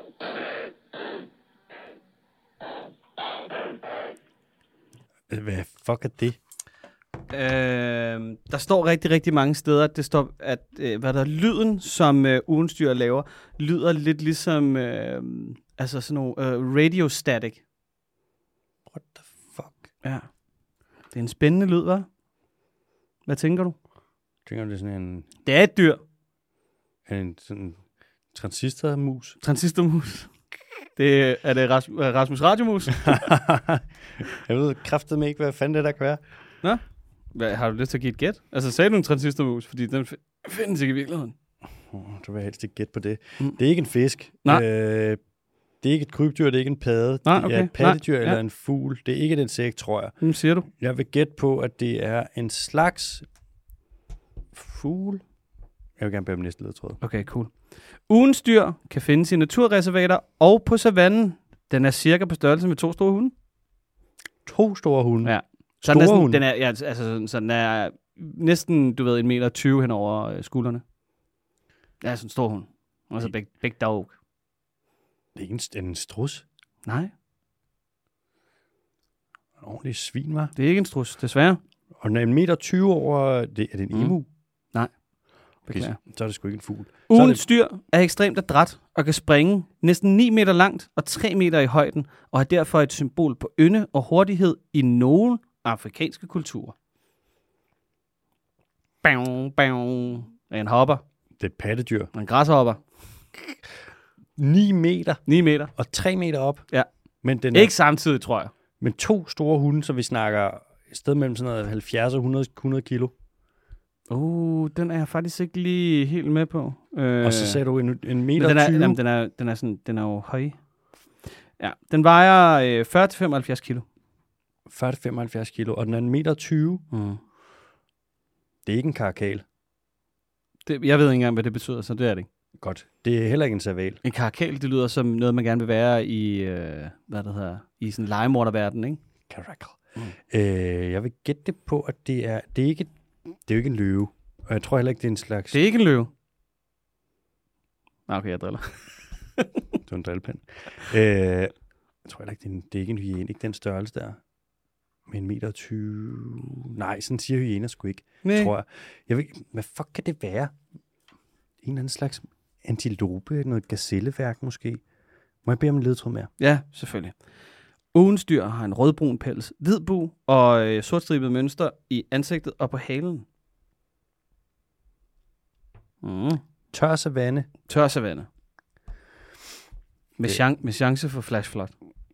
Hvad fuck er det? Øh, der står rigtig, rigtig mange steder, det står, at øh, hvad der lyden, som øh, ugens dyr laver, lyder lidt ligesom øh, altså sådan nogle øh, radio static. What the fuck? Ja. Det er en spændende lyd, hva'? Hvad tænker du? Tænker du, det er sådan en, Det er et dyr. en sådan transistormus? Transistormus. Det, er det Rasmus, Rasmus Radiomus? Jeg ved kraftedeme ikke, hvad fanden det der kan være. Nå? Hvad, har du lyst til at give et gæt? Altså, sagde du en transistormus? Fordi den f- findes ikke i virkeligheden. Oh, du vil helst ikke gætte på det. Mm. Det er ikke en fisk. Nej. Øh, det er ikke et krybdyr, det er ikke en padde. Nej, det er okay. et pattedyr Nej, eller ja. en fugl. Det er ikke et insekt, tror jeg. Hvad siger du? Jeg vil gætte på, at det er en slags fugl. Jeg vil gerne bære om næste ledtråd. Okay, cool. Ugens dyr kan findes i naturreservater og på savannen. Den er cirka på størrelse med to store hunde. To store hunde. Ja. Så Store den er, sådan, hunde. den er, ja, altså, sådan, så den er næsten, du ved, en meter tyve hen over øh, skuldrene. Ja, sådan en stor hund. Og så big, big dog. Det er ikke en, en, en strus. Nej, En ordentlig svin, var. det er ikke en strus, desværre. Og den er en meter tyve over... Det, er det en Mm. emu? Okay, Beklager. så, så er det sgu ikke en fugl. Ugens dyr er ekstremt adræt og kan springe næsten ni meter langt og tre meter i højden, og er derfor et symbol på ynde og hurtighed i nogle afrikanske kulturer. Bang, bang. En hopper. Det er et pattedyr. En græshopper. ni meter ni meter. og tre meter op. Ja. Men, den er, Ikke samtidig, tror jeg. men to store hunde, så vi snakker et sted mellem sådan noget halvfjerds og hundrede, hundrede kilo. Uh, den er jeg faktisk ikke lige helt med på. Øh, Og så sagde du en, en men meter den er, tyve. jamen, den er, den er sådan, den er jo høj. Ja, den vejer øh, fyrre til femoghalvfjerds kilo. fyrre til femoghalvfjerds kilo, og den er en meter tyve. Mm. Det er ikke en karakal. Det, jeg ved ikke engang, hvad det betyder, så det er det ikke. Godt. Det er heller ikke en serval. En karakal, det lyder som noget, man gerne vil være i, øh, hvad det hedder, i sådan en legemorderverden, ikke? Karakal. Mm. Øh, jeg vil gætte det på, at det er, det er ikke, det er jo ikke en løve. Og jeg tror heller ikke, det er en slags... Det er ikke en løve. Nå, okay, jeg driller. Det var en drillepind. Øh, jeg tror heller ikke, det er, en, det er ikke en hyæne. Ikke den størrelse der. Med en meter tyve... Nej, sådan siger hyæner sgu ikke, Nej. tror jeg. jeg ved, hvad fuck kan det være? En eller anden slags antilope, noget gazelleværk måske. Må jeg bede om en ledtråd mere? Ja, selvfølgelig. Ugens dyr har en rødbrun pels, hvid bu og øh, sortstribet mønster i ansigtet og på halen. Mm. Tør savanne. Tør savanne. Med, Det- chan- med chance for flash flood.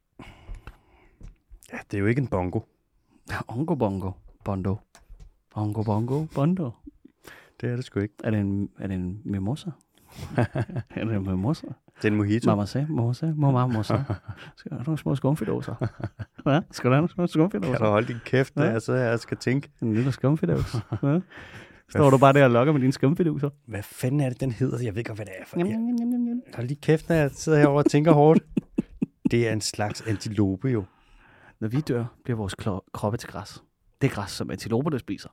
Ja, det er jo ikke en bongo. Ongo bongo. Bondo. Ongo bongo. Bondo. Det er det sgu ikke. Er det en, er det en mimosa? er det en mimosa? Det er en mojito. Mamma sagde, mimosa, mamma, mimosa. Skal du have nogle små skumfidoser? Hvad? Skal du have nogle små Kan skumfidoser? du holde din kæft, når Ja. jeg sidder her og skal tænke, En lille skumfidus. Ja. Står du bare der og lokker med dine skumfiduser? hvad fanden er det, den hedder? Jeg ved godt, hvad det er. For Jam, jeg, jam, jam, jam, jam. hold lige kæft, når jeg sidder herovre og tænker hårdt. Det er en slags antilope jo. Når vi dør, bliver vores klo- kroppe til græs. Det er græs, som antiloperne spiser.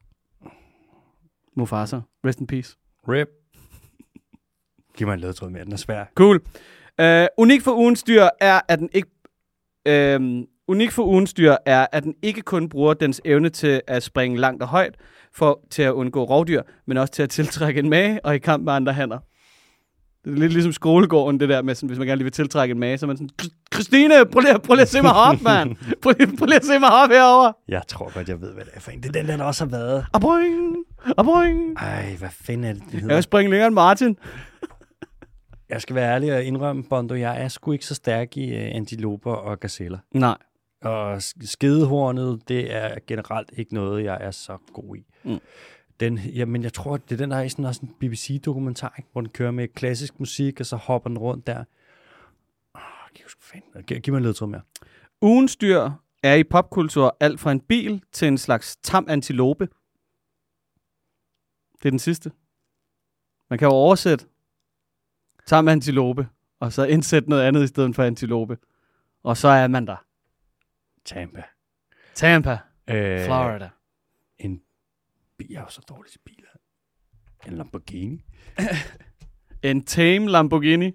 Mufasa, rest in peace. Rip. Giv mig en ledtråd mere, den er svær. Cool. Uh, unik for ugens dyr er, at den ikke... Uh, unik for ugens dyr er, at den ikke kun bruger dens evne til at springe langt og højt, for til at undgå rovdyr, men også til at tiltrække en mage og i kamp med andre hanner. Det er lidt ligesom skolegården, det der med, sådan, hvis man gerne lige vil tiltrække en mage, så er man sådan, Christine, prøv lige, prøv lige at se mig hoppe, mand. Prøv lige, prøv lige at se mig hoppe herover. Jeg tror godt, jeg ved, hvad det er for en. Det er den, der også har været. Aboing, aboing. Ej, hvad fanden er det, det hedder? Jeg vil springe længere end Martin. Jeg skal være ærlig og indrømme, Bondo, jeg er sgu ikke så stærk i uh, antiloper og gazeller. Nej. Og skedehornet, det er generelt ikke noget, jeg er så god i. Mm. Den, ja, men jeg tror, det er den, der er sådan også en B B C-dokumentar, hvor den kører med klassisk musik, og så hopper den rundt der. Oh, giv, giv, giv mig en ledtråd mere. Ugens dyr er i popkultur alt fra en bil til en slags tam antilope. Det er den sidste. Man kan jo oversætte tam antilope, og så indsætte noget andet i stedet for antilope. Og så er man der. Tampa. Tampa. Øh, Florida. En bil. Jeg er jo så dårlig til biler. En Lamborghini. En tame Lamborghini.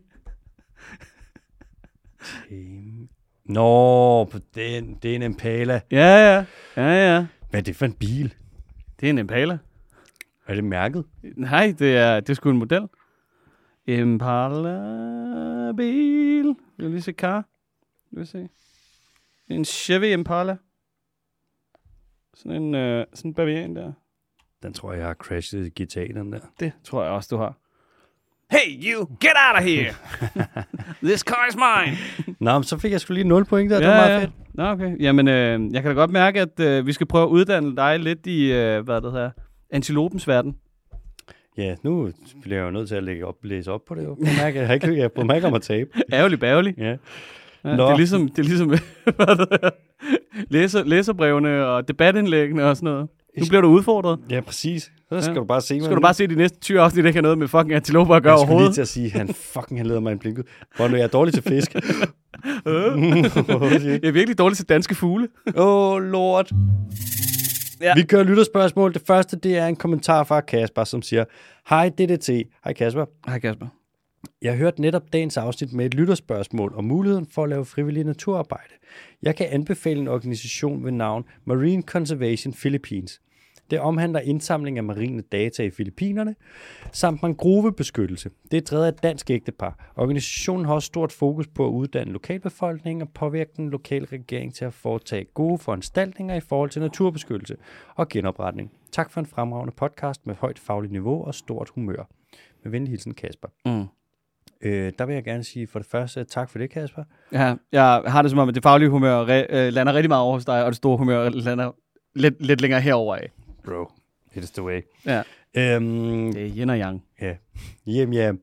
Tame. Nå, på den. Det er en Impala. Ja, ja. Ja, ja. Hvad er det for en bil? Det er en Impala. Er det mærket? Nej, det er, det er sgu en model. Impala bil. Jeg vil lige se car. Jeg vil se. En Chevy Impala. Sådan en, øh, sådan en bavian der. Den tror jeg, jeg har crashet guitar, den der. Det tror jeg også, du har. Hey you, get out of here! This car is mine! Nå, men så fik jeg sgu lige nul point der. Ja, det var meget ja. fedt. Nå, okay. Jamen, øh, jeg kan da godt mærke, at øh, vi skal prøve at uddanne dig lidt i, øh, hvad det hedder, antilopens verden. Ja, nu bliver jeg jo nødt til at lægge op, læse op på det. Jo. Jeg mærker, jeg har ikke, jeg bryder mig ikke om at tabe. Ærgerlig bærgerlig. Ja. Ja, det er ligesom, det er ligesom hvad det hedder, læser, læserbrevene og debatindlæggene og sådan noget. Nu bliver du udfordret. Ja, præcis. Så skal Ja. du bare se mig. Så skal du bare se de næste tyve afsnit, det ikke har noget med fucking antiloper at gøre jeg skulle overhovedet. lige til at sige, han fucking han leder mig en blinket. Hvor nu jeg er dårlig til fisk. Jeg er virkelig dårlig til danske fugle. Åh, oh, lort. Ja. Vi kører lytterspørgsmål. Det første, det er en kommentar fra Kasper, som siger, hej D D T. Hej Kasper. Hej Kasper. Jeg har hørt netop dagens afsnit med et lytterspørgsmål om muligheden for at lave frivillig naturarbejde. Jeg kan anbefale en organisation ved navn Marine Conservation Philippines. Det omhandler indsamling af marine data i Filippinerne, samt mangrovebeskyttelse. Det er drevet af et dansk ægtepar. Organisationen har også stort fokus på at uddanne lokalbefolkningen og påvirke den lokale regering til at foretage gode foranstaltninger i forhold til naturbeskyttelse og genopretning. Tak for en fremragende podcast med højt fagligt niveau og stort humør. Med venlig hilsen, Kasper. Mm. Øh, der vil jeg gerne sige for det første tak for det, Kasper. Ja, jeg har det som om, at det faglige humør re- øh, lander rigtig meget over hos dig, og det store humør lander lidt, lidt længere herover af. Bro, it is the way. Ja. Øhm, Det er yin og yang. ja. Hjem, hjem.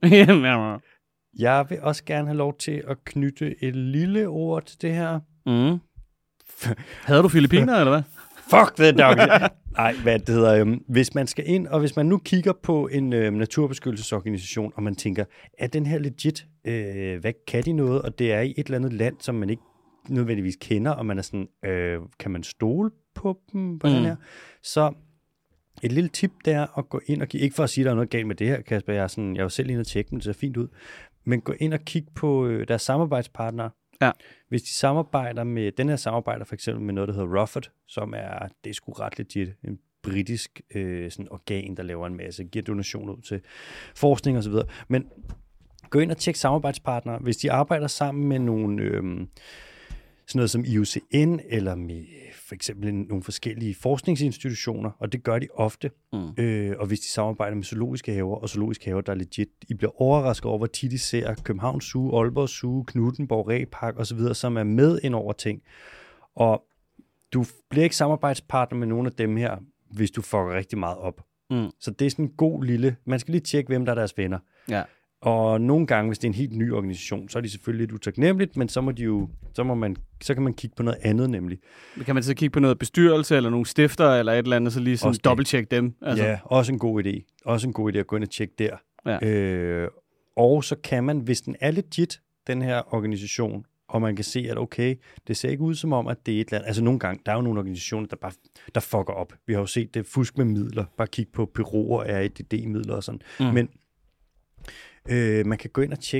Jeg vil også gerne have lov til at knytte et lille ord til det her. Mm. Havde du Filippiner, eller hvad? Fuck the dog. Nej, hvad det hedder. Øhm, hvis man skal ind, og hvis man nu kigger på en øhm, naturbeskyttelsesorganisation, og man tænker, er den her legit? Øh, hvad kan de noget? Og det er i et eller andet land, som man ikke nødvendigvis kender, og man er sådan, øh, kan man stole på dem på mm. den her? Så et lille tip, det er at gå ind og kigge, ikke for at sige, at der er noget galt med det her, Kasper, jeg er, sådan, jeg er jo selv inde og tjekke dem, det ser fint ud, men gå ind og kig på øh, deres samarbejdspartnere. Ja. Hvis de samarbejder med, den her samarbejder for eksempel med noget, der hedder Rufford, som er, det er sgu ret legit, en britisk øh, sådan organ, der laver en masse, giver donationer ud til forskning og så videre. Men gå ind og tjek samarbejdspartnere. Hvis de arbejder sammen med nogle, øh, sådan noget som I U C N, eller med for eksempel nogle forskellige forskningsinstitutioner, og det gør de ofte. Mm. Øh, og hvis de samarbejder med zoologiske haver, og zoologiske haver, der er legit, I bliver overrasket over, hvor tit I ser Københavns Zoo, Aalborg Zoo, Knuthenborg, Ræpark osv., som er med ind over ting. Og du bliver ikke samarbejdspartner med nogle af dem her, hvis du fucker rigtig meget op. Mm. Så det er sådan en god lille, man skal lige tjekke, hvem der er deres venner. Ja. Og nogle gange, hvis det er en helt ny organisation, så er de selvfølgelig lidt utaknemmeligt, men så må de jo, så må man, så kan man kigge på noget andet nemlig. Kan man så kigge på noget bestyrelse, eller nogle stifter, eller et eller andet, så lige sådan dobbelttjekke dem? Altså. Ja, også en god idé. Også en god idé at gå ind og tjekke der. Ja. Øh, og så kan man, hvis den er legit, den her organisation, og man kan se, at okay, det ser ikke ud som om, at det er et eller andet. Altså nogle gange, der er jo nogle organisationer, der bare der fucker op. Vi har jo set det, fusk med midler. Bare kig på bureauer, R E D D-midler og sådan. Mm. Men Øh, man kan gå ind og tjekke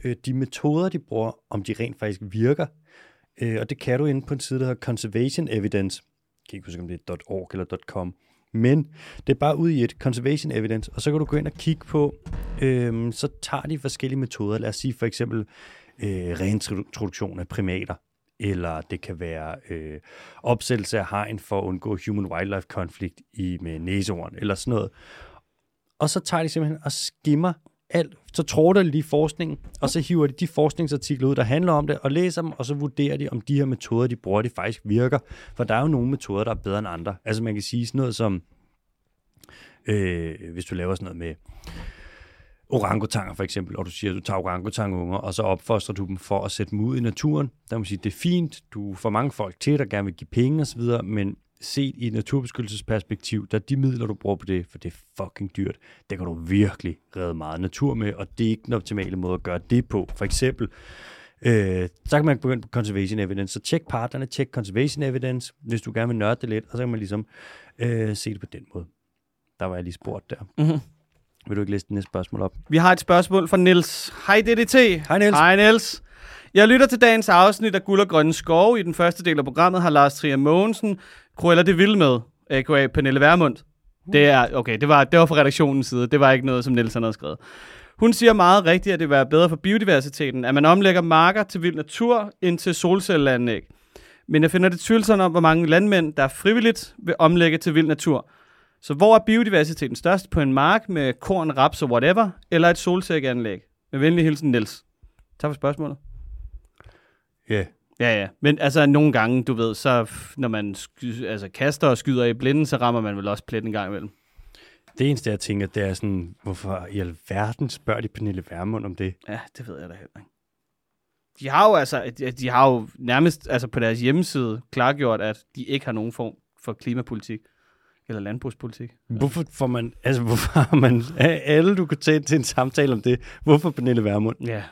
øh, de metoder, de bruger, om de rent faktisk virker. Øh, og det kan du inde på en side, der hedder Conservation Evidence. Jeg kan ikke huske, om det er .org eller .com. Men det er bare ud i et Conservation Evidence, og så kan du gå ind og kigge på, øh, så tager de forskellige metoder. Lad os sige for eksempel øh, reintroduktion af primater, eller det kan være øh, opsættelse af hegn for at undgå human-wildlife konflikt i, med næsehorn, eller sådan noget. Og så tager de simpelthen og skimmer alt, så tror de lige forskningen, og så hiver de de forskningsartikler ud, der handler om det, og læser dem, og så vurderer de, om de her metoder, de bruger, de faktisk virker. For der er jo nogle metoder, der er bedre end andre. Altså man kan sige sådan noget som, øh, hvis du laver sådan noget med orangutanger for eksempel, og du siger, at du tager orangutangunger, og så opfostrer du dem for at sætte dem ud i naturen. Der må man sige, det er fint, du får mange folk til, der gerne vil give penge osv., men set i et naturbeskyttelsesperspektiv, der er de midler, du bruger på det, for det er fucking dyrt, der kan du virkelig redde meget natur med, og det er ikke den optimale måde at gøre det på. For eksempel, øh, så kan man begynde på Conservation Evidence, så tjek partnerne, tjek Conservation Evidence, hvis du gerne vil nørde det lidt, og så kan man ligesom øh, se det på den måde. Der var jeg lige spurgt der. Mm-hmm. Vil du ikke læse det næste spørgsmål op? Vi har et spørgsmål fra Niels. Hej D D T. Hej Niels. Hej Niels. Jeg lytter til dagens afsnit af Guld og Grønne Skove. I den første del af programmet har Lars Trier Mogensen Cruella det Vilde med, a k a. Pernille Vermund. Det er, okay, det var, det var fra redaktionens side. Det var ikke noget, som Niels havde skrevet. Hun siger meget rigtigt, at det vil være bedre for biodiversiteten, at man omlægger marker til vild natur ind til solcelleanlæg. Men jeg finder det tvivlsomt om, hvor mange landmænd, der frivilligt vil omlægge til vild natur. Så hvor er biodiversiteten størst? På en mark med korn, raps og whatever, eller et solcelleanlæg? Med venlig hilsen, Niels. Tak for spørgsmålet. Ja. Yeah. Ja, ja. Men altså, nogle gange, du ved, så når man sky- altså, kaster og skyder i blinden, så rammer man vel også plet en gang imellem. Det eneste, jeg tænker, det er sådan, hvorfor i alverden spørger de Pernille Vermund om det? Ja, det ved jeg da heller ikke. De har jo altså, de har jo nærmest altså på deres hjemmeside klargjort, at de ikke har nogen form for klimapolitik eller landbrugspolitik. Hvorfor får man, altså hvorfor har man, alle du kan tage til en samtale om det, hvorfor Pernille Vermund? Ja.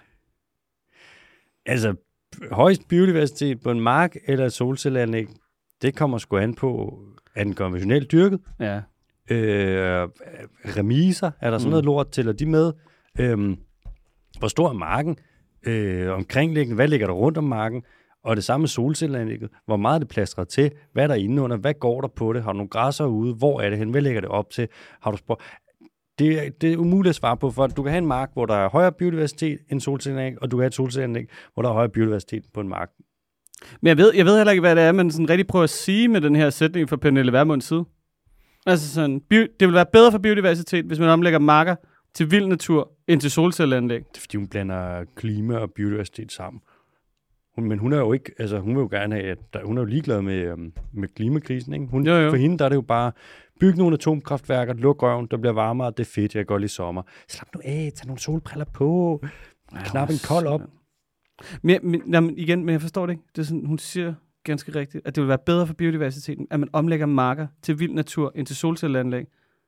Altså, højst biodiversitet på en mark eller et solcelleanlæg, det kommer sgu an på, er den konventionelt dyrket? Ja. Øh, remiser, er der sådan mm. noget lort, tæller de med? Øh, hvor stor er marken? Øh, omkringliggende, hvad ligger der rundt om marken? Og det samme med solcelleanlægget. Hvor meget er det plastret til? Hvad er der inde under? Hvad går der på det? Har du nogle græsser ude? Hvor er det hen? Hvad lægger det op til? Har du spor... det, det er umuligt at svare på, for du kan have en mark, hvor der er højere biodiversitet end solcelleanlæg, og du kan have et solcelleanlæg, hvor der er højere biodiversitet på en mark. Men jeg ved, jeg ved heller ikke, hvad det er, man sådan rigtig prøver at sige med den her sætning fra Pernille Vermunds side. Altså sådan, bio, det vil være bedre for biodiversitet, hvis man omlægger marker til vild natur end til solcelleanlæg. Det er fordi, hun blander klima og biodiversitet sammen. Hun, men hun er jo ikke, altså hun vil jo gerne have, at hun er jo ligeglad med, øhm, med klimakrisen, ikke? Hun, jo, jo. For hende, der er det jo bare, bygge nogle atomkraftværker, luk røven, der bliver varmere, det er fedt, jeg kan godt lide sommer. Slap nu af, tag nogle solbriller på, knap en kold op. Men, men, jamen, igen, men jeg forstår det ikke. Det er sådan, hun siger ganske rigtigt, at det vil være bedre for biodiversiteten, at man omlægger marker til vild natur end til solcelleanlæg.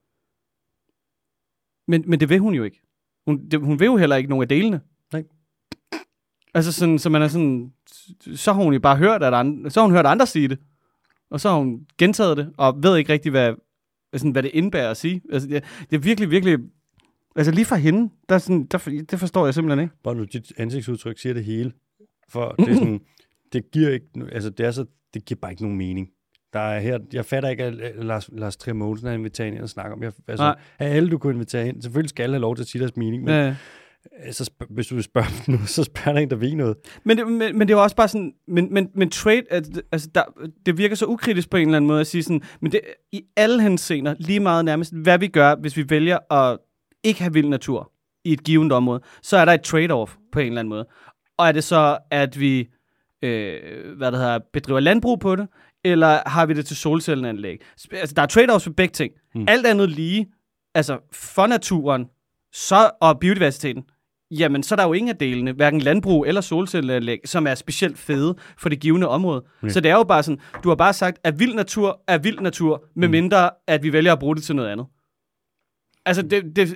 Men, men det vil hun jo ikke. Hun, det, hun vil jo heller ikke nogen af delene. Nej. Altså sådan, så man er sådan, så har hun jo bare hørt, at andre, så har hun hørt andre sige det. Og så har hun gentaget det, og ved ikke rigtig, hvad, sådan, hvad det indebærer at sige. Altså, det, det er virkelig, virkelig, altså lige fra hende, der, sådan, der, det forstår jeg simpelthen ikke. Bare nu, dit ansigtsudtryk siger det hele. For det er sådan, det giver ikke, altså det er så, det giver bare ikke nogen mening. Der er her, jeg fatter ikke, at Lars, Lars Trier Mogensen er inviteret ind og snakke om. Jeg, altså, af alle, du kunne invitere ind. Selvfølgelig skal alle have lov til at sige deres mening, men ja. Så spørg, hvis du vil spørge dem nu, så spørger der en, der ved noget. Men det, men, men det er jo også bare sådan, men, men, men trade, altså der, det virker så ukritisk på en eller anden måde at sige sådan, men det, i alle henseender, lige meget nærmest, hvad vi gør, hvis vi vælger at ikke have vild natur i et givet område, så er der et trade-off på en eller anden måde. Og er det så, at vi øh, hvad der hedder, bedriver landbrug på det, eller har vi det til solcelleanlæg? Altså, der er trade-offs for begge ting. Hmm. Alt andet lige, altså for naturen så, og biodiversiteten, jamen så er der jo ingen af delene, hverken landbrug eller solcelleanlæg, som er specielt fede for det givne område. Hmm. Så det er jo bare sådan, du har bare sagt, at vild natur er vild natur, medmindre at vi vælger at bruge det til noget andet. Altså, det... det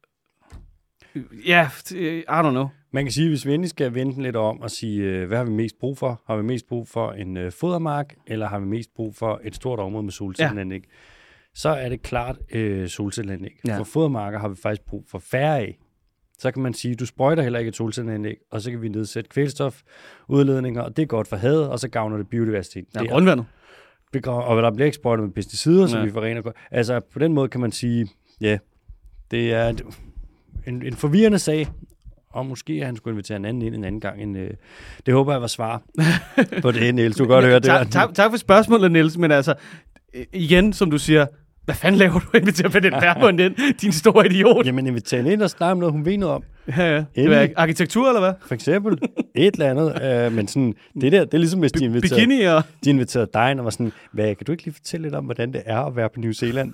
ja, yeah, I don't know. Man kan sige, hvis vi endelig skal vente lidt om og sige, hvad har vi mest brug for? Har vi mest brug for en øh, fodermark, eller har vi mest brug for et stort område med solcelleanlæg? Ja. Så er det klart øh, solcelleanlæg. Ja. For fodermarker har vi faktisk brug for færre af. så kan man sige, du sprøjter heller ikke et solcelleanlæg, og så kan vi nedsætte kvælstofudledninger, og det er godt for havet, og så gavner det biodiversitet. Ja, grundvandet. Og der bliver ikke sprøjtet med pesticider, så ja. vi forener. Altså på den måde kan man sige, ja, det er en, en forvirrende sag, og måske at han skulle invitere en anden ind en anden gang. End, øh, det håber jeg var svar på det, Niels. Du kan godt høre det. Tak, tak, tak for spørgsmålet, Niels, men altså, igen, som du siger, hvad fanden laver du at invitere Pernille Vermund ind, din store idiot? Jamen, inviter hende ind og snakke om noget, hun ved noget om. Ja, ja. Det er arkitektur, eller hvad? For eksempel. Et eller andet. Øh, men sådan, det der, det er ligesom, hvis de inviterede, Bikini og... de inviterede dig ind og var sådan, hvad, kan du ikke lige fortælle lidt om, hvordan det er at være på New Zealand?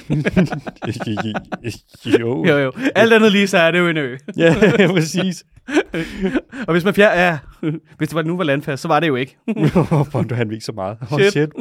jo. Jo, jo. Alt andet lige, så er det jo en ø. Ja, præcis. Og hvis man fjer... Ja, hvis det var nu var landfast, så var det jo ikke. Hvor du han ikke så meget. Oh, shit. shit.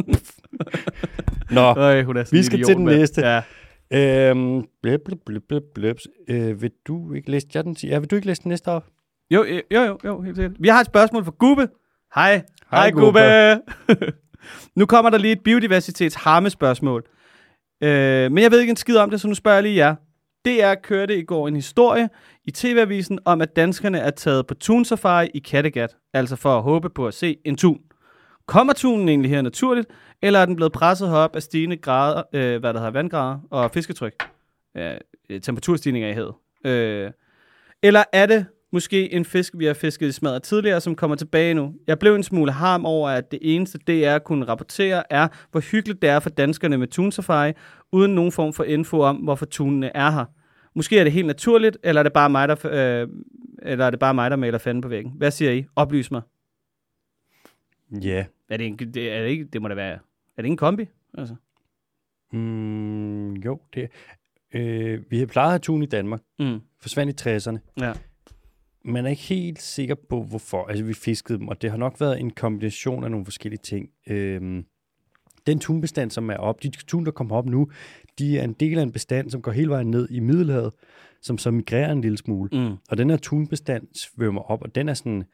Nå, Øj, hun er vi skal idiot, til den man. næste. Ja. Øhm, bløb, bløb, bløb, bløb, bløb. Øh, vil du ikke læse ja, den? Ja, vil du ikke læse den næste op? Jo, jo, jo, jo, helt sikkert. Vi har et spørgsmål fra Gubbe. Hej. Hej, Gubbe. Gubbe. Nu kommer der lige et biodiversitets-harme-spørgsmål. Øh, men jeg ved ikke en skid om det, så nu spørger jeg lige jer. D R kørte i går en historie i T V-avisen om, at danskerne er taget på tunsafari i Kattegat, altså for at håbe på at se en tun. Kommer tunen egentlig her naturligt, eller er den blevet presset herop af stigende grader, øh, hvad der hedder, vandgrader og fisketryk? Ja, temperaturstigninger i havet. Øh, eller er det måske en fisk, vi har fisket i smadret tidligere, som kommer tilbage nu? Jeg blev en smule harm over, at det eneste D R kunne rapportere er, hvor hyggeligt det er for danskerne med tunsafari, uden nogen form for info om, hvorfor tunene er her. Måske er det helt naturligt, eller er det bare mig, der, øh, eller er det bare mig, der maler fanden på væggen? Hvad siger I? Oplys mig. Ja. Yeah. Er det, en, det, er det ikke, det må det være. Er det ikke en kombi? Altså. Mm, jo, det øh, vi har plejet at have tun i Danmark. Mm. Forsvandt i tresserne. Ja. Man er ikke helt sikker på, hvorfor. Altså, vi fiskede dem, og det har nok været en kombination af nogle forskellige ting. Øhm, den tunbestand, som er op, de tun, der kommer op nu, de er en del af en bestand, som går hele vejen ned i Middelhavet, som så migrerer en lille smule. Mm. Og den her tunbestand svømmer op, og den er sådan,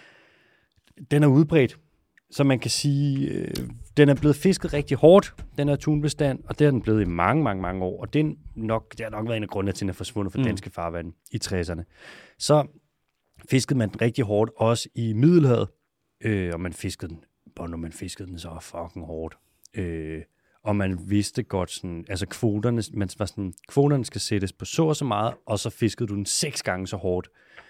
den er udbredt. Så man kan sige, øh, den er blevet fisket rigtig hårdt, den her tunbestand, og det har den blevet i mange, mange, mange år. Og det, er nok, det har nok været en af grundene til, at den er forsvundet fra mm. danske farvand i tresserne. Så fiskede man den rigtig hårdt, også i Middelhavet, øh, og man fiskede den, og når man fiskede den, så var fucking hårdt. Øh, og man vidste godt sådan, altså kvoterne, man var sådan, kvoterne skal sættes på så og så meget, og så fiskede du den seks gange så hårdt.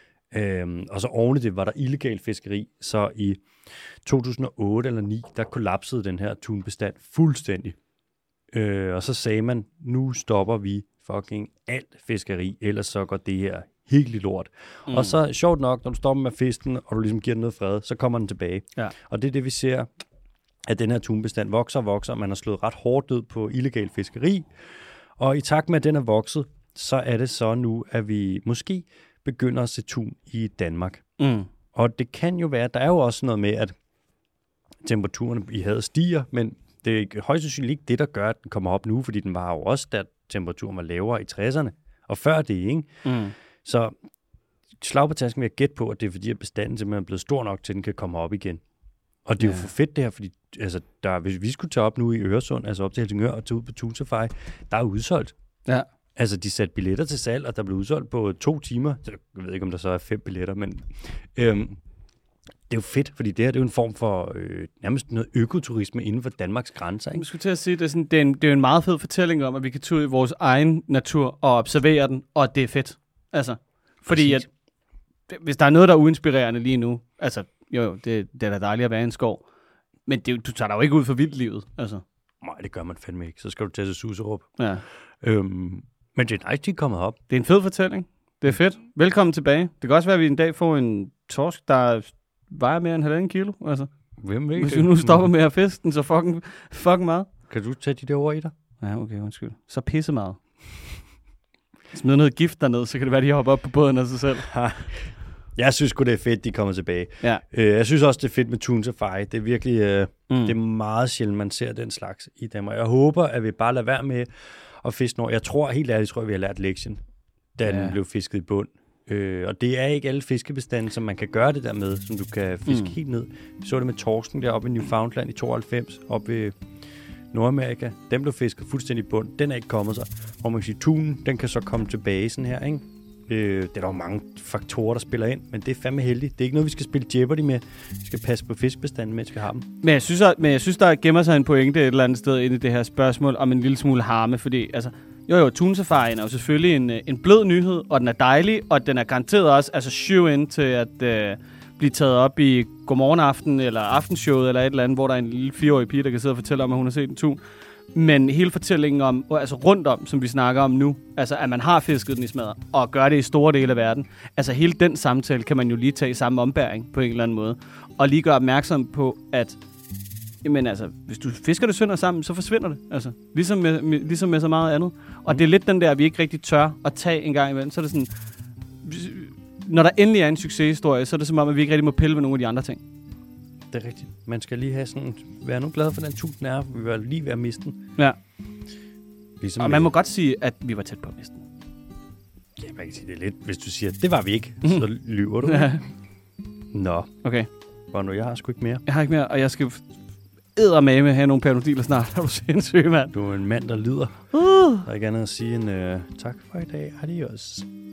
Øh, og så oven i det var der illegal fiskeri, så i to tusind og otte eller ni, der kollapsede den her tunbestand fuldstændig. Øh, og så sagde man, nu stopper vi fucking alt fiskeri, ellers så går det her helt lidt lort. Mm. Og så sjovt nok, når du stopper med fisken, og du ligesom giver den noget fred, så kommer den tilbage. Ja. Og det er det, vi ser, at den her tunbestand vokser og vokser, og man har slået ret hårdt ned på illegal fiskeri. Og i takt med, at den er vokset, så er det så nu, at vi måske begynder at se tun i Danmark. Mm. Og det kan jo være, der er jo også noget med, at temperaturen i havet stiger, men det er højst sandsynligt ikke det, der gør, at den kommer op nu, fordi den var jo også, da temperaturen var lavere i tresserne, og før det, ikke? Mm. Så slag på tasken vil jeg gætte på, at det er fordi, at bestanden simpelthen er blevet stor nok til, at den kan komme op igen. Og det er ja. jo for fedt det her, fordi altså, der, hvis vi skulle tage op nu i Øresund, altså op til Helsingør og tage ud på tunsafari, der er udsolgt. Ja. Altså, de satte billetter til salg, og der blev udsolgt på to timer. Jeg ved ikke, om der så er fem billetter, men øhm, det er jo fedt, fordi det her det er jo en form for øh, nærmest noget økoturisme inden for Danmarks grænser. Ikke? Jeg skulle til at sige, det er, sådan, det, er en, det er jo en meget fed fortælling om, at vi kan tage ud i vores egen natur og observere den, og det er fedt. Altså, fordi at, hvis der er noget, der er uinspirerende lige nu, altså, jo, jo, det, det er da dejligt at være i en skov, men det, du tager dig jo ikke ud for vildlivet, altså. Nej, det gør man fandme ikke. Så skal du tage til Suserup. Ja. Øhm, men det er nice, de er kommet op. Det er en fed fortælling. Det er fedt. Velkommen tilbage. Det kan også være, at vi en dag får en torsk, der vejer mere end halvanden kilo. Altså. Hvem ved Hvis vi nu stopper med at fiske den, så fucking, fucking meget. Kan du tage de der ord i dig? Ja, okay, undskyld. Så pisse meget. Smid noget gift derned, så kan det være, at de hopper op på båden af sig selv. Jeg synes sgu, det er fedt, de kommer tilbage. Ja. Øh, jeg synes også, det er fedt med tunsafari. Det er virkelig øh, mm. det er meget sjældent, man ser den slags i Danmark. Jeg håber, at vi bare lader være med at fiske når. Jeg tror, helt ærligt, tror jeg, vi har lært lektion, da ja. den blev fisket i bund. Øh, og det er ikke alle fiskebestande, som man kan gøre det der med, som du kan fiske mm. helt ned. Vi så det med torsken deroppe i Newfoundland i tooghalvfems, oppe i Nordamerika. Den blev fisket fuldstændig i bund. Den er ikke kommet så. Hvor man kan sige, tunen, den kan så komme tilbage sådan her, ikke? Øh, det er der jo mange faktorer, der spiller ind, men det er fandme heldigt. Det er ikke noget, vi skal spille Jeopardy med. Vi skal passe på fiskebestanden, mens vi har dem. Men jeg synes, men jeg synes der gemmer sig en pointe et eller andet sted inde i det her spørgsmål om en lille smule harme, fordi altså, jo jo, tunsafarien er jo selvfølgelig en, en blød nyhed, og den er dejlig, og den er garanteret også altså shoe in til at øh, blive taget op i Godmorgenaften eller Aftenshowet eller et eller andet, hvor der er en lille fireårig pige, der kan sidde og fortælle om, at hun har set en tun. Men hele fortællingen om, altså rundt om, som vi snakker om nu, altså at man har fisket den i smadret, og gør det i store dele af verden, altså hele den samtale kan man jo lige tage i samme ombæring på en eller anden måde, og lige gøre opmærksom på, at jamen altså, hvis du fisker det sønder sammen, så forsvinder det, altså, ligesom med, med, ligesom med så meget andet. Og det er lidt den der, vi ikke rigtig tør at tage en gang imellem, så er det sådan, når der endelig er en succeshistorie, så er det som om, at vi ikke rigtig må pille ved nogle af de andre ting. Det er rigtigt. Man skal lige have sådan, være nu glad for den tun, den er. Vi var lige ved at miste den. Ja. Ligesom og man må godt sige, at vi var tæt på at miste den. Ja, man kan sige det lidt. Hvis du siger, at det var vi ikke, så lyver du. Ja. Nå. Okay. Hvor nu, jeg har sgu ikke mere. Jeg har ikke mere, og jeg skal eddermame at have nogle Panodiler snart. Er du sindssyg, mand? Du er en mand, der lider. Uh. Der er ikke andet at sige end uh, tak for i dag. Adios.